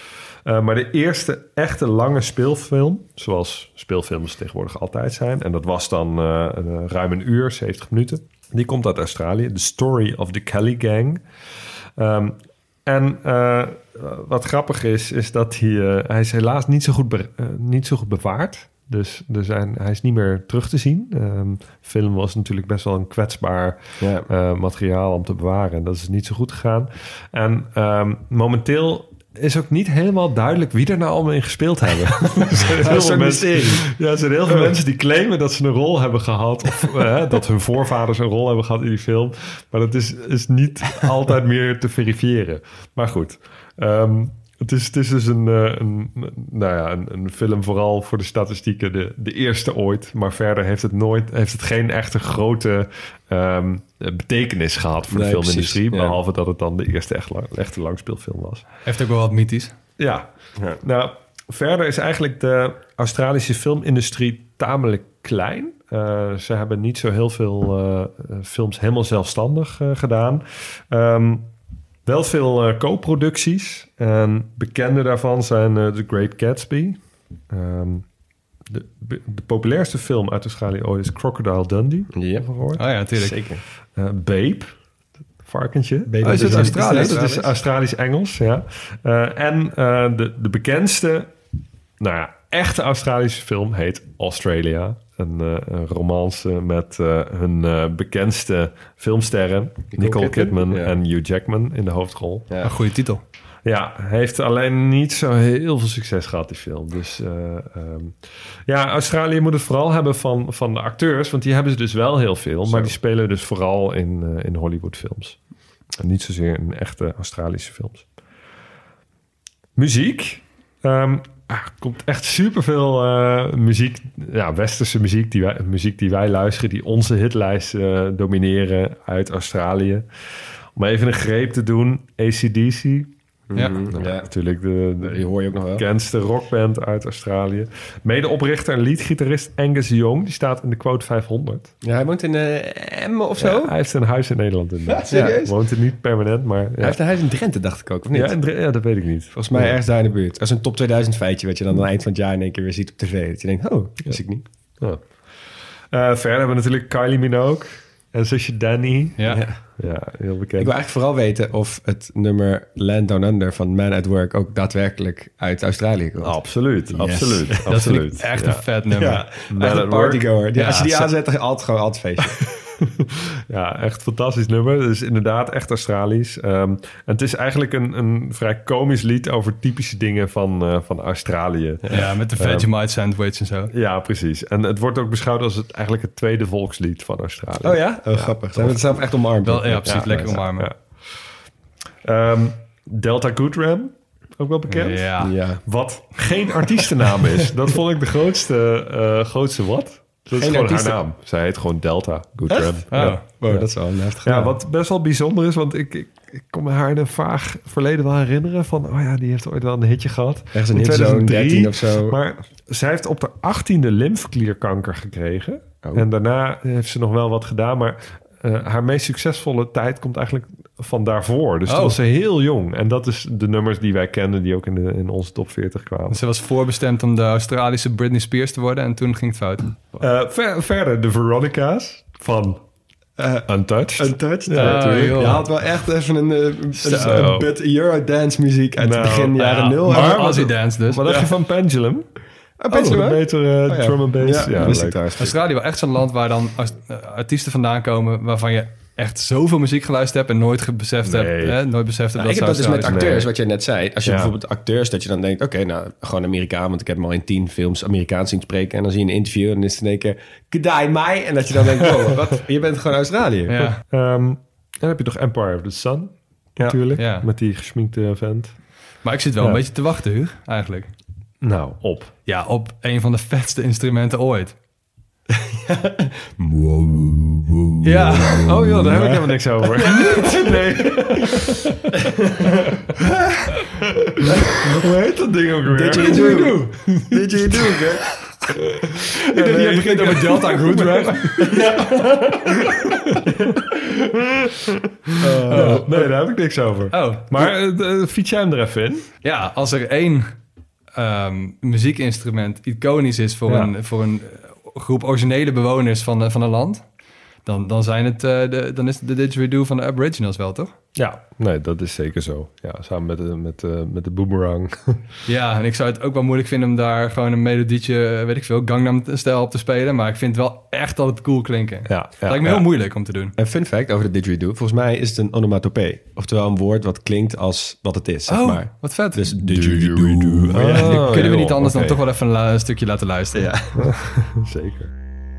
uh, maar de eerste echte lange speelfilm, zoals speelfilms tegenwoordig altijd zijn... en dat was dan uh, uh, ruim een uur, zeventig minuten... die komt uit Australië. The Story of the Kelly Gang. Um, en uh, wat grappig is, is dat hij... Uh, hij is helaas niet zo goed, be- uh, niet zo goed bewaard. Dus er zijn, hij is niet meer terug te zien. Um, film was natuurlijk best wel een kwetsbaar Ja. uh, materiaal om te bewaren. En dat is niet zo goed gegaan. En um, momenteel is ook niet helemaal duidelijk wie er nou allemaal in gespeeld hebben. Er zijn heel veel mensen, ja, er zijn heel veel mensen die claimen dat ze een rol hebben gehad. Of uh, dat hun voorvaders een rol hebben gehad in die film. Maar dat is, is niet altijd meer te verifiëren. Maar goed, um, Het is, het is dus een, een, nou ja, een, een film vooral voor de statistieken, de, de eerste ooit. Maar verder heeft het nooit, heeft het geen echte grote um, betekenis gehad voor de Nee, filmindustrie. precies, ja. Behalve dat het dan de eerste echt lang, echte langspeelfilm was. Heeft ook wel wat mythisch. Ja. ja, nou verder is eigenlijk de Australische filmindustrie tamelijk klein. Uh, ze hebben niet zo heel veel uh, films helemaal zelfstandig uh, gedaan. Um, Wel veel uh, co-producties. En bekende daarvan zijn uh, The Great Gatsby. Um, de, de populairste film uit Australië ooit is Crocodile Dundee. Ja. Gehoord. Oh ja, natuurlijk. Zeker. Uh, Babe. Varkentje. Babe Oh, is het is- Australisch? Dat is Australisch-Engels, ja. Uh, en uh, de, de bekendste, nou ja, echte Australische film heet Australia. Een, uh, een romance met uh, hun uh, bekendste filmsterren... Nicole, Kidman, Kidman, ja. en Hugh Jackman in de hoofdrol. Ja. Een goede titel. Ja, heeft alleen niet zo heel veel succes gehad, die film. Dus uh, um, ja, Australië moet het vooral hebben van, van de acteurs... want die hebben ze dus wel heel veel... maar die spelen dus vooral in, uh, in Hollywoodfilms. En niet zozeer in echte Australische films. Muziek... Um, Ah, er komt echt superveel uh, muziek, ja, westerse muziek die, wij, muziek die wij luisteren, die onze hitlijst uh, domineren uit Australië. Om even een greep te doen, A C D C, Ja. Mm, Ja, ja. natuurlijk de, de Die hoor je ook nog wel. bekendste rockband uit Australië. Medeoprichter en leadgitarist Angus Young, die staat in de quote vijfhonderd. Ja, hij woont in uh, Emmen of zo. Ja, hij heeft een huis in Nederland. Inderdaad. Ja, serieus? woont er niet permanent, maar... Ja. Hij heeft een huis in Drenthe, dacht ik ook, of niet? Ja, in Dre- ja, dat weet ik niet. Volgens mij ergens daar in de buurt. Als een top tweeduizend feitje, wat je dan aan het eind van het jaar in één keer weer ziet op tv. Dat je denkt, oh, dat wist ik niet. Ja. Uh, verder hebben we natuurlijk Kylie Minogue en zusje Danny. Ja. Ja. Ja, heel bekend. Ik wil eigenlijk vooral weten of het nummer Land Down Under van Man at Work ook daadwerkelijk uit Australië komt. Absoluut, Yes. absoluut. Dat vind absoluut. ik echt ja. een vet nummer. Ja, Man echt at een Work. partygoer. Ja, Ja, als je die zo- aanzet, dan is altijd gewoon altijd feestje. Ja, echt fantastisch nummer. Dus inderdaad echt Australisch. Um, en het is eigenlijk een, een vrij komisch lied over typische dingen van, uh, van Australië. Ja. Ja, met de Vegemite sandwich en zo. precies. En het wordt ook beschouwd als het, eigenlijk het tweede volkslied van Australië. Oh ja? Oh, grappig. Ze hebben het zelf echt omarmd. Wel, ja, precies. Ja, lekker ja, omarmen. Ja. Um, Delta Goodram, ook wel bekend. Ja. Ja. Wat geen artiestennaam is. Dat vond ik de grootste, uh, grootste wat. Dat is Geen gewoon artiesten- haar naam. Zij heet gewoon Delta Goodram. Oh. Ja. Wow, Ja. dat is wel een heftig Ja, naam. wat best wel bijzonder is, want ik, ik, ik kon me haar in een vaag verleden wel herinneren van, oh ja, die heeft ooit wel een hitje gehad. Ergens een In hitzone tweeduizend drie, dertien of zo. Maar zij heeft op de achttiende lymfeklierkanker gekregen. Oh. En daarna heeft ze nog wel wat gedaan, maar uh, haar meest succesvolle tijd komt eigenlijk van daarvoor. Dus Oh. toen was ze heel jong. En dat is de nummers die wij kenden, die ook in, de, in onze top veertig kwamen. Ze was voorbestemd om de Australische Britney Spears te worden en toen ging het fout. Uh, ver, verder de Veronica's van uh, Untouched. Untouched? Ja, Ah, natuurlijk. joh. Je had wel echt even een, uh, een, Zo. een bit Eurodance muziek uit Nou, het begin jaren Ja, nul. maar Maar Aussie Dance dus. Wat dacht je van Pendulum? Oh, Pendulum, oh, hè? beter uh, Oh, ja. drum and bass. Ja, Ja, dat wist ik leuk. trouwens. Australië wel echt zo'n land waar dan ars- uh, artiesten vandaan komen waarvan je echt zoveel muziek geluisterd hebt en nooit beseft Nee. hebt, hè, nooit beseft hebt Nou, ik heb dat dat ze dus met Australisch acteurs, Nee. wat jij net zei. Als je Ja. bijvoorbeeld acteurs, dat je dan denkt... oké, nou, gewoon Amerikaan, want ik heb hem al in tien films Amerikaans zien spreken. En dan zie je een interview en dan is het in één keer... G'day, mij. En dat je dan denkt, oh, wat? Je bent gewoon Australië. zijn. Ja. Um, en dan heb je toch Empire of the Sun, Ja. natuurlijk. Ja. Met die gesminkte vent. Maar ik zit wel Ja. een beetje te wachten, Huug, eigenlijk. Nou, op. Ja, op een van de vetste instrumenten ooit. Ja. Oh joh, daar heb ik helemaal niks over. Nee. Hoe heet dat ding ook weer? Didgeridoo. Didgeridoo, hè? Ik dacht, jij begint over Delta Goodram. Uh, nee, daar heb ik niks over. Oh, Maar uh, fiets jij hem er even in? ja, als er één um, muziekinstrument iconisch is voor, Ja. een, voor een groep originele bewoners van, uh, van een land, dan, dan, zijn het, uh, de, dan is het de didgeridoo van de Aboriginals wel, toch? Ja, nee, dat is zeker zo. Ja, samen met de, met, uh, met de boomerang. Ja, en ik zou het ook wel moeilijk vinden om daar gewoon een melodietje, weet ik veel, Gangnam-stijl op te spelen. Maar ik vind wel echt dat het cool klinken. Ja, ja, Lijkt me ja. heel moeilijk om te doen. Een fun fact over de didgeridoo. Volgens mij is het een onomatopee. Oftewel een woord wat klinkt als wat het is, zeg Oh, maar. wat vet. Dus didgeridoo. Oh, ja. Kunnen we joh, niet anders oké. dan toch wel even een, la- een stukje laten luisteren? Ja. Zeker.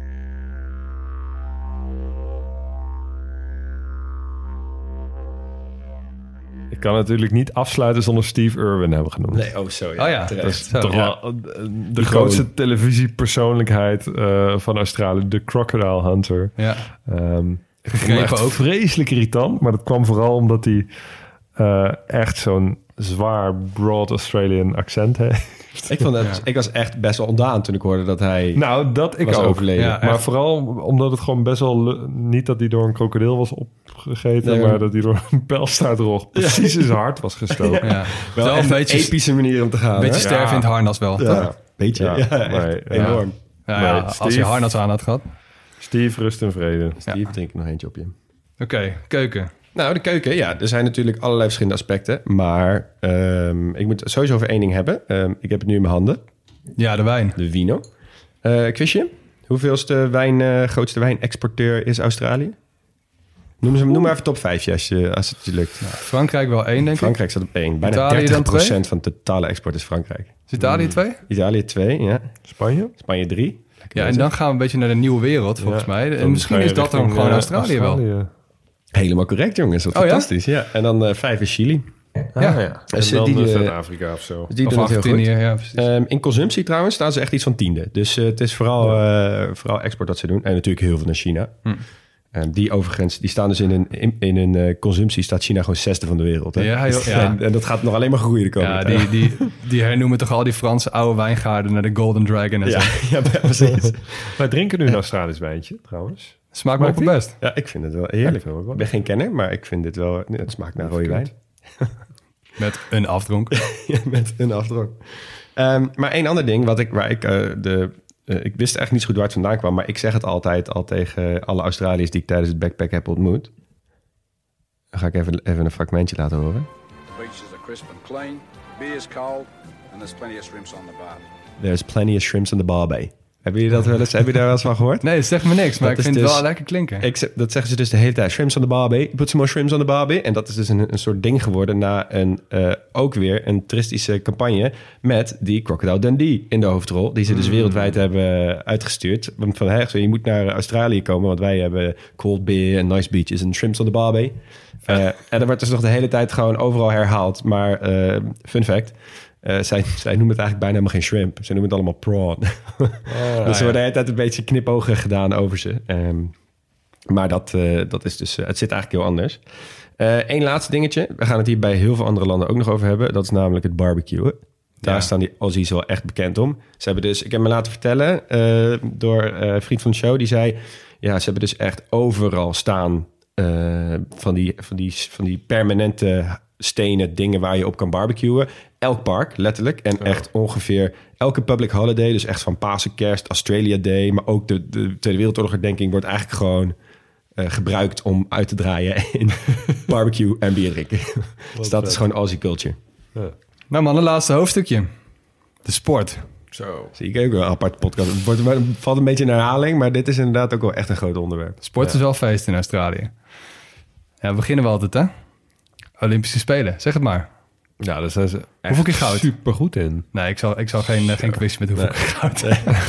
Ik kan natuurlijk niet afsluiten zonder Steve Irwin hebben genoemd. Nee, oh zo. Ja. Oh ja, Terecht. Dat is Zo, toch ja. wel uh, de grootste televisiepersoonlijkheid uh, van Australië. De Crocodile Hunter. Ja. Um, ik vond hem Gegrepen echt ook. vreselijk irritant. Maar dat kwam vooral omdat hij uh, echt zo'n zwaar broad Australian accent heeft. Ik, vond dat, Ja. ik was echt best wel ontdaan toen ik hoorde dat hij Nou, dat ik was ook. overleden. Ja, Maar echt. vooral omdat het gewoon best wel... lu- Niet dat hij door een krokodil was opgegeten... Nee, maar maar- dat hij door een pijlstaartrog precies in zijn hart was gestoken. Ja. Wel Wel echt een beetje, epische manier om te gaan. een beetje hè? sterven in het harnas wel. Ja, toch? beetje. Ja, Ja, echt nee, ja. enorm. Ja, ja, Nee, als Steve. je harnas aan had gehad. Steve, rust en vrede. Steve, drink ik nog eentje op je. Oké, keuken. Nou, de keuken, ja. Er zijn natuurlijk allerlei verschillende aspecten. Maar um, ik moet het sowieso over één ding hebben. Um, ik heb het nu in mijn handen. Ja, de wijn. De vino. Uh, quizje. Hoeveelste wijn, uh, grootste wijnexporteur is Australië? Noem, ze, noem maar even top vijf, als, je, als het je lukt. Nou, Frankrijk wel één, denk Frankrijk staat op één. Bijna Italië dan dertig procent twee? van het totale export is Frankrijk. ik. Is Italië twee? Italië twee, ja. Spanje? Spanje drie. Ja, en dan gaan we een beetje naar de nieuwe wereld, volgens Ja, mij. dan En misschien ga je is dat dan richting, gewoon uh, Australië, wel. Helemaal correct, jongens. Wat Oh, ja? fantastisch. Ja? En dan uh, vijf is Chili. Ah, Ja. ja. Dus, En dan die, uh, uh, Zuid-Afrika of zo. Dus die Of doen het heel goed. Argentinië, ja, precies. Um, in consumptie trouwens staan ze echt iets van tiende. Dus uh, het is vooral, uh, vooral export dat ze doen. En natuurlijk heel veel naar China. Hm. Uh, die overigens, die staan dus in een, in, in een uh, consumptie, staat China gewoon zesde van de wereld. Hè? Ja, joh, ja. En, en dat gaat nog alleen maar groeien de komende ja, tijd. die, die, die hernoemen toch al die Franse oude wijngaarden naar de Golden Dragon en ja, zo. ja, precies. Wij drinken nu een Australisch wijntje, trouwens. Smaakt me ook wel best. Ja, ik vind het wel heerlijk. Ik ben geen kenner, maar ik vind dit wel... Het smaakt naar rode wijn. Met een afdronk. ja, met een afdronk. Um, maar één ander ding, wat ik, waar ik uh, de... Uh, ik wist echt niet zo goed waar het vandaan kwam, maar ik zeg het altijd al tegen alle Australiërs die ik tijdens het backpack heb ontmoet. Dan ga ik even, even een fragmentje laten horen. The beaches are crisp and clean, beer's cold and there's plenty of shrimps on the barbie. There's plenty of shrimps on the barbie. Hebben jullie dat wel eens, hebben jullie daar wel eens van gehoord? Nee, het zegt me niks, maar dat ik vind dus, het wel lekker klinken. Ik, dat zeggen ze dus de hele tijd. Shrimps on the barbie. Put some more shrimps on the barbie. En dat is dus een, een soort ding geworden na een, uh, ook weer een toeristische campagne met die Crocodile Dundee in de hoofdrol. Die ze dus mm. wereldwijd hebben uitgestuurd. Want van, hey, je moet naar Australië komen, want wij hebben cold beer en nice beaches en shrimps on the barbie. Uh, en dat wordt dus nog de hele tijd gewoon overal herhaald. Maar uh, fun fact... Uh, zij, zij noemen het eigenlijk bijna helemaal geen shrimp. Ze noemen het allemaal prawn. Oh, dus er wordt de hele tijd een beetje knipogen gedaan over ze. Um, maar dat, uh, dat is dus... Uh, het zit eigenlijk heel anders. Eén uh, laatste dingetje. We gaan het hier bij heel veel andere landen ook nog over hebben. Dat is namelijk het barbecuen. Daar ja. staan die Aussies wel echt bekend om. Ze hebben dus... Ik heb me laten vertellen uh, door uh, een vriend van de show. Die zei... Ja, ze hebben dus echt overal staan... Uh, van, die, van, die, van die permanente... stenen dingen waar je op kan barbecuen. Elk park, letterlijk. En echt ongeveer elke public holiday. Dus echt van Pasen, Kerst, Australia Day. Maar ook de, de Tweede Wereldoorlog herdenking wordt eigenlijk gewoon uh, gebruikt om uit te draaien in barbecue en bier drinken. Dus dat is gewoon Aussie culture. Ja. Nou man, een laatste hoofdstukje. De sport. Zo. Zie ik ook wel een apart podcast. Het wordt, het valt een beetje in herhaling, maar dit is inderdaad ook wel echt een groot onderwerp. Sport ja. is wel feest in Australië. Ja, we beginnen we altijd, hè? Olympische Spelen, zeg het maar. Ja, daar zijn ze hoeveel keer goud? Super goed in. Nee, ik zal, ik zal geen, uh, geen quizje met hoeveel nee. keer goud.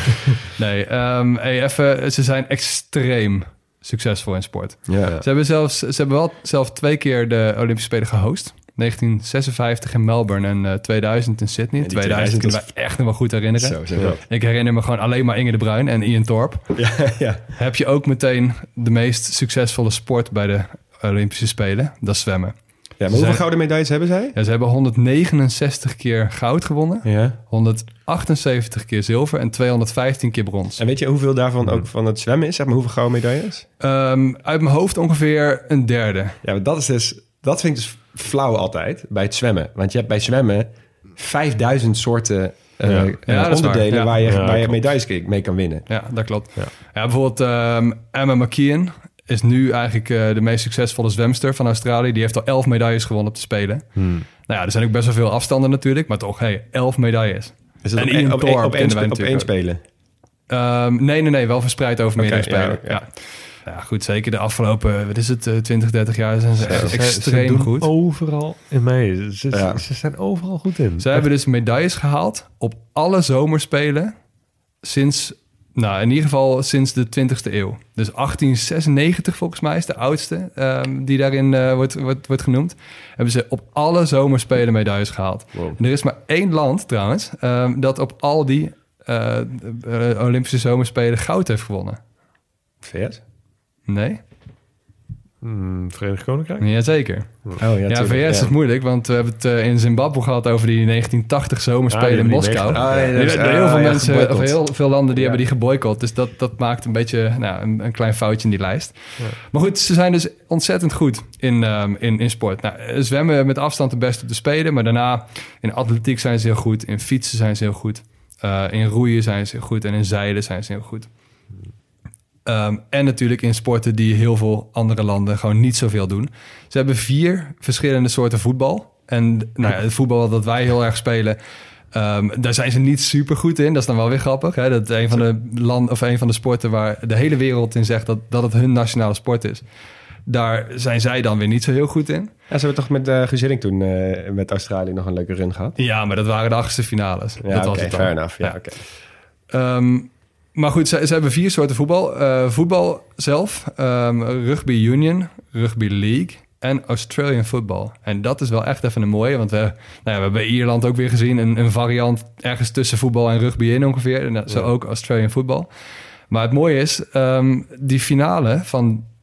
nee, um, hey, even, ze zijn extreem succesvol in sport. Ja. Ze hebben zelfs, ze hebben wel zelf twee keer de Olympische Spelen gehost. negentien zesenvijftig in Melbourne en uh, tweeduizend in Sydney. tweeduizend kunnen wij echt nog wel goed herinneren. Zo, zo. Ja. Ik herinner me gewoon alleen maar Inge de Bruin en Ian Thorpe. Ja, ja. Heb je ook meteen de meest succesvolle sport bij de Olympische Spelen? Dat is zwemmen. Ja, maar hoeveel gouden medailles hebben zij? Ja, ze hebben honderdnegenenzestig keer goud gewonnen. Ja. honderdachtenzeventig keer zilver en tweehonderdvijftien keer brons. En weet je hoeveel daarvan ook van het zwemmen is? Zeg maar hoeveel gouden medailles? Um, uit mijn hoofd ongeveer een derde. Ja, maar dat is dus... Dat vind ik dus flauw altijd bij het zwemmen. Want je hebt bij zwemmen vijfduizend soorten uh, ja. Ja, onderdelen... Ja. Waar, je, ja, waar je medailles mee kan winnen. Ja, dat klopt. Ja. Ja, bijvoorbeeld um, Emma McKeon... is nu eigenlijk uh, de meest succesvolle zwemster van Australië. Die heeft al elf medailles gewonnen op de Spelen. Hmm. Nou ja, er zijn ook best wel veel afstanden natuurlijk. Maar toch, hey, elf medailles. Is dat en op, Ian op, Thorpe op, één, op, op één spelen? Um, nee, nee, nee. Wel verspreid over meerdere okay, spelen. Ja, ja. Ja. ja, goed. Zeker de afgelopen, wat is het, uh, twintig, dertig jaar zijn ze echt ze, extreem ze doen goed. Overal in mee. Ze, ja. ze zijn overal goed in. Ze echt. hebben dus medailles gehaald op alle zomerspelen sinds... Nou, in ieder geval sinds de twintigste eeuw. Dus achttien zesennegentig volgens mij is de oudste um, die daarin uh, wordt, wordt, wordt genoemd. Hebben ze op alle zomerspelen medailles gehaald. Wow. En er is maar één land trouwens um, dat op al die uh, uh, Olympische zomerspelen goud heeft gewonnen. V S? Nee. Hmm, Verenigd Koninkrijk? Jazeker. Oh, ja, ja, V S ja. is moeilijk, want we hebben het uh, in Zimbabwe gehad over die negentien tachtig zomerspelen ah, in Moskou. Ah, ja, dus, uh, heel veel uh, mensen, ja, of heel veel landen die ja. hebben die geboycott. Dus dat, dat maakt een beetje nou, een, een klein foutje in die lijst. Ja. Maar goed, ze zijn dus ontzettend goed in, um, in, in sport. Nou, zwemmen met afstand de beste op de Spelen, maar daarna in atletiek zijn ze heel goed, in fietsen zijn ze heel goed, uh, in roeien zijn ze heel goed en in zeilen zijn ze heel goed. Um, en natuurlijk in sporten die heel veel andere landen gewoon niet zoveel doen. Ze hebben vier verschillende soorten voetbal. En nou ja, het voetbal dat wij heel erg spelen, um, daar zijn ze niet super goed in. Dat is dan wel weer grappig. Hè? Dat een van de landen of een van de sporten waar de hele wereld in zegt dat, dat het hun nationale sport is. Daar zijn zij dan weer niet zo heel goed in. Ja, ze hebben toch met uh, Guus Hiddink toen uh, met Australië nog een leuke run gehad? Ja, maar dat waren de achtste finales. Ja, dat oké, was het fair enough. Ja, ja. Okay. Um, Maar goed, ze, ze hebben vier soorten voetbal. Uh, voetbal zelf, um, rugby union, rugby league en Australian football. En dat is wel echt even een mooie, want we, nou ja, we hebben Ierland ook weer gezien. Een, een variant ergens tussen voetbal en rugby in ongeveer. En dat, zo ja. ook Australian football. Maar het mooie is, um, die finale van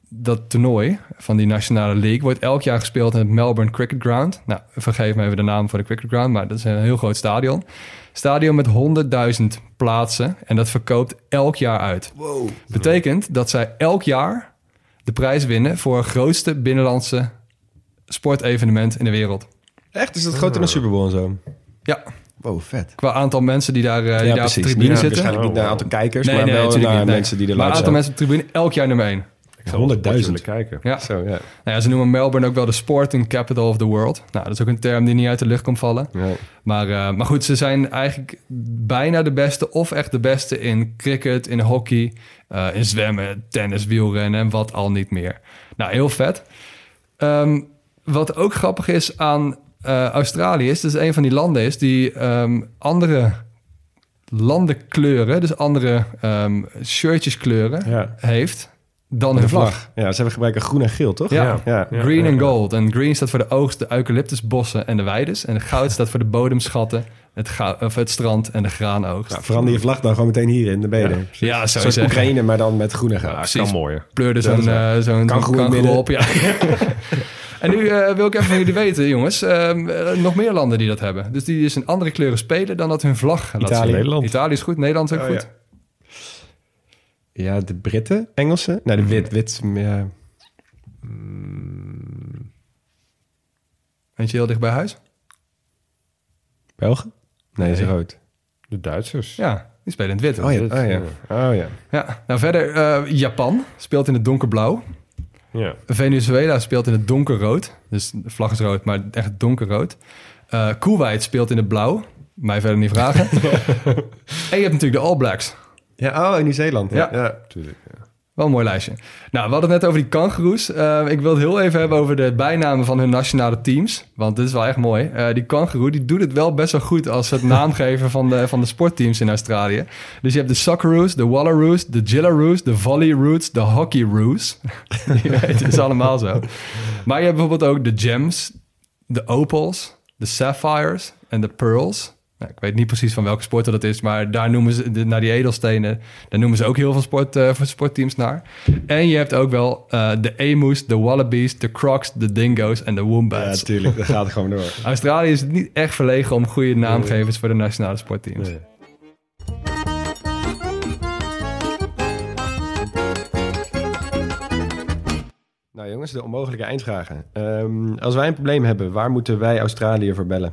dat toernooi van die Nationale League wordt elk jaar gespeeld in het Melbourne Cricket Ground. Nou, vergeef me even de naam voor de Cricket Ground, maar dat is een heel groot stadion. Stadion met honderdduizend plaatsen en dat verkoopt elk jaar uit. Wow. Betekent dat zij elk jaar de prijs winnen voor het grootste binnenlandse sportevenement in de wereld. Echt? Is dat groter dan Super Bowl en zo? Ja. Wow, vet. Qua aantal mensen die daar, uh, die Ja, daar op de precies. tribune Niet, zitten. waarschijnlijk niet naar een aantal kijkers, Nee, maar nee, wel natuurlijk naar niet, nee. mensen die er Maar een live aantal zijn. mensen op de tribune elk jaar nummer één. honderdduizend kijken. Ja. Zo, ja. Nou ja, ze noemen Melbourne ook wel de sporting capital of the world. Nou, dat is ook een term die niet uit de lucht komt vallen. Ja. Maar, uh, maar goed, ze zijn eigenlijk bijna de beste of echt de beste in cricket, in hockey, uh, in zwemmen, tennis, wielrennen en wat al niet meer. Nou, heel vet. Um, wat ook grappig is aan uh, Australië is, dat is een van die landen is die um, andere landenkleuren, dus andere um, shirtjeskleuren Ja. heeft dan De hun vlag. vlag. Ja, ze gebruiken groen en geel, toch? Ja. ja. Ja. Green ja, and ja. gold. En green staat voor de oogst, de eucalyptusbossen en de weides. En goud staat voor de bodemschatten, het, goud, of het strand en de graanoogst. Nou, verander je vlag dan gewoon meteen hier in de benen. Ja, Een zou je soort zeggen. Oekraïne, maar dan met groen en geel. Ja, precies. kan mooier. Pleurde Dat is zo'n waar. uh, zo'n Kangoeroe in kangoeroe midden. op. Ja. En nu uh, wil ik even van jullie weten, jongens. Um, uh, nog meer landen die dat hebben. Dus die dus in andere kleuren spelen dan dat hun vlag laat Italië. zien. Nederland. Italië is goed, Nederland is ook Oh, goed. Ja. Ja, de Britten, Engelsen. Nou, de wit, wit, ja. Weet je heel dicht bij huis? Belgen? Nee, dat is Nee. rood. De Duitsers. Ja, die spelen in het wit. Oh ja, oh ja. Oh ja. Ja. Nou, verder, uh, Japan speelt in het donkerblauw. Ja. Venezuela speelt in het donkerrood. Dus de vlag is rood, maar echt donkerrood. Uh, Kuwait speelt in het blauw. Mij verder niet vragen. En je hebt natuurlijk de All Blacks. Ja, oh, in Nieuw-Zeeland. Ja, Ja. ja. Tuurlijk. Ja. Wel een mooi lijstje. Nou, we hadden het net over die kangoeroes. Uh, ik wil het heel even hebben over de bijnamen van hun nationale teams. Want dit is wel echt mooi. Uh, die kangoeroe, die doet het wel best wel goed als het naamgeven van de, van de sportteams in Australië. Dus je hebt de Socceroos, de Wallaroos, de Gillaroos, de Volleyroos, de Hockeyroos. Je weet, het is allemaal zo. Maar je hebt bijvoorbeeld ook de Gems, de Opals, de Sapphires en de Pearls. Nou, ik weet niet precies van welke sporten dat is, maar daar noemen ze de, naar die edelstenen. Daar noemen ze ook heel veel sport, uh, sportteams naar. En je hebt ook wel uh, de Emus, de Wallabies, de Crocs, de Dingo's en de Wombats. Ja, tuurlijk. Dat gaat het gewoon door. Australië is niet echt verlegen om goede naamgevers voor de nationale sportteams. Nee. Nou jongens, de onmogelijke eindvragen. Um, als wij een probleem hebben, waar moeten wij Australië voor bellen?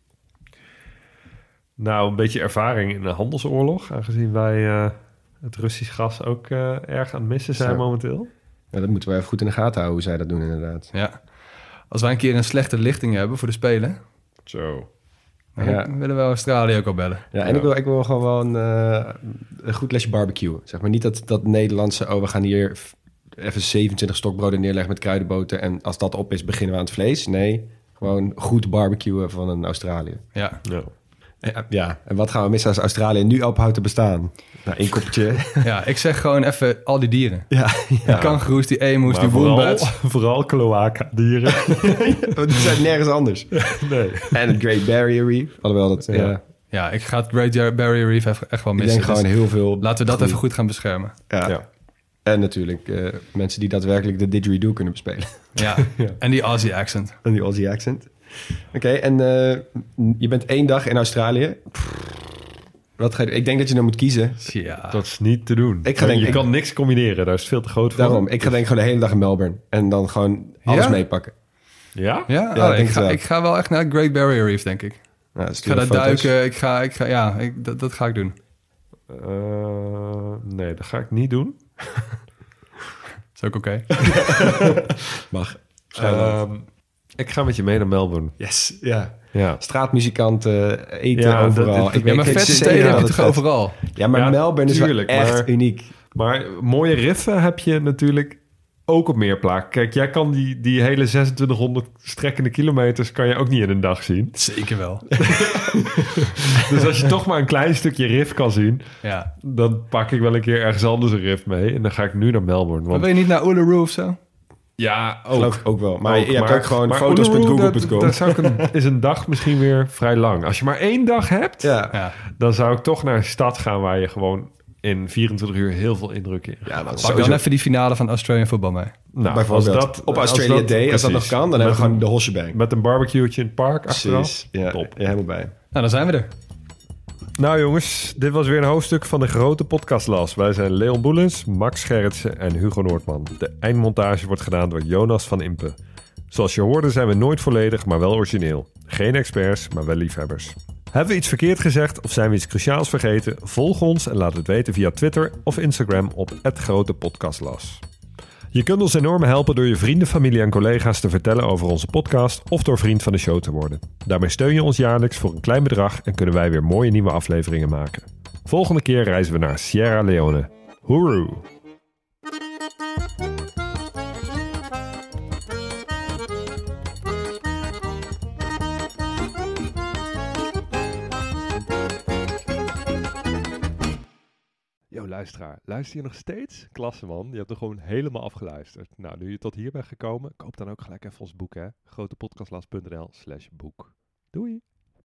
Nou, een beetje ervaring in een handelsoorlog, aangezien wij uh, het Russisch gas ook uh, erg aan het missen zijn Zo. momenteel. Ja, dat moeten we even goed in de gaten houden hoe zij dat doen inderdaad. Ja. Als wij een keer een slechte lichting hebben voor de Spelen, Zo. dan Ja. willen we Australië ook al bellen. Ja, en Ja. Ik, wil, ik wil gewoon wel een, uh, een goed lesje barbecue. Zeg maar niet dat, dat Nederlandse, oh we gaan hier f- even zevenentwintig stokbroden neerleggen met kruidenboter en als dat op is beginnen we aan het vlees. Nee, gewoon goed barbecuen van een Australië. Ja. Ja. Ja, ja, en wat gaan we missen als Australië nu ophoudt te bestaan? Nou, één kopje. Ja, ik zeg gewoon even al die dieren. ja, Die kangoeroes, die emus, Maar die vooral, wombats. vooral cloaca-dieren. die zijn nergens anders. Nee. En het Great Barrier Reef. Alhoewel dat, ja. Ja. Ja, ik ga het Great Barrier Reef even- echt wel Ik missen. denk gewoon Dus heel veel. laten we dat groei. even goed gaan beschermen. Ja. Ja. En natuurlijk uh, mensen die daadwerkelijk de didgeridoo kunnen bespelen. Ja, en die Aussie accent. En die Aussie accent. Oké, okay, en uh, je bent één dag in Australië. Wat ga je doen? Ik denk dat je dan moet kiezen. Ja. Dat is niet te doen. Ik ga denken- je kan niks combineren, daar is het veel te groot voor. Daarom, ik ga denk ik gewoon de hele dag in Melbourne. En dan gewoon alles Ja? meepakken. Ja? Ja, Ja, oh, ik ik, denk ga, het wel. ik ga wel echt naar het Great Barrier Reef, denk ik. Nou, Ik ga daar duiken. Ik ga, ik ga, ja, ik, dat, dat ga ik doen. Uh, nee, dat ga ik niet doen. Is ook oké. Mag. Um, ik ga met je mee naar Melbourne. Yes, ja. Ja. Straatmuzikanten, eten Ja, dat- overal. dat- ik Ja, maar weet vette zeker steden dat heb je het toch vet- overal? Ja, maar Ja, Melbourne is tuurlijk, wel echt maar- uniek. Maar mooie riffen heb je natuurlijk ook op meer plaatsen. Kijk, jij kan die, die hele zesentwintighonderd strekkende kilometers kan je ook niet in een dag zien. Zeker wel. Dus als je toch maar een klein stukje rif kan zien, Ja. dan pak ik wel een keer ergens anders een rif mee. En dan ga ik nu naar Melbourne. Maar Want wil je niet naar Uluru of zo? ja, ook. Geloof ik ook wel. Maar Ook, je hebt maar- ook gewoon maar foto's punt Uluru, google dat- punt com. Daar zou ik een, is een dag misschien weer vrij lang. Als je maar één dag hebt, Ja. Ja. dan zou ik toch naar een stad gaan waar je gewoon in vierentwintig uur heel veel indrukken in. Ja, maar Pak sowieso- dan even die finale van Australian Football mee. Nou, bijvoorbeeld als dat, op als Australia dat- Day, als dat nog precies. kan, dan hebben we gewoon de Hoshebang. Met een barbecue'tje in het park achteraf. Precies. Ja, Top. ja, helemaal bij. Nou, dan zijn we er. Nou jongens, dit was weer een hoofdstuk van de grote podcastlas. Wij zijn Leon Boelens, Max Gerritsen en Hugo Noordman. De eindmontage wordt gedaan door Jonas van Impe. Zoals je hoorde zijn we nooit volledig, maar wel origineel. Geen experts, maar wel liefhebbers. Hebben we iets verkeerd gezegd of zijn we iets cruciaals vergeten? Volg ons en laat het weten via Twitter of Instagram op het grote podcastlas. Je kunt ons enorm helpen door je vrienden, familie en collega's te vertellen over onze podcast of door vriend van de show te worden. Daarmee steun je ons jaarlijks voor een klein bedrag en kunnen wij weer mooie nieuwe afleveringen maken. Volgende keer reizen we naar Sierra Leone. Hoeroe! Yo, luisteraar, luister je nog steeds? Klasse man, je hebt er gewoon helemaal afgeluisterd. Nou, nu je tot hier bent gekomen, koop dan ook gelijk even ons boek, hè. grotepodcastlas punt n l slash boek. Doei!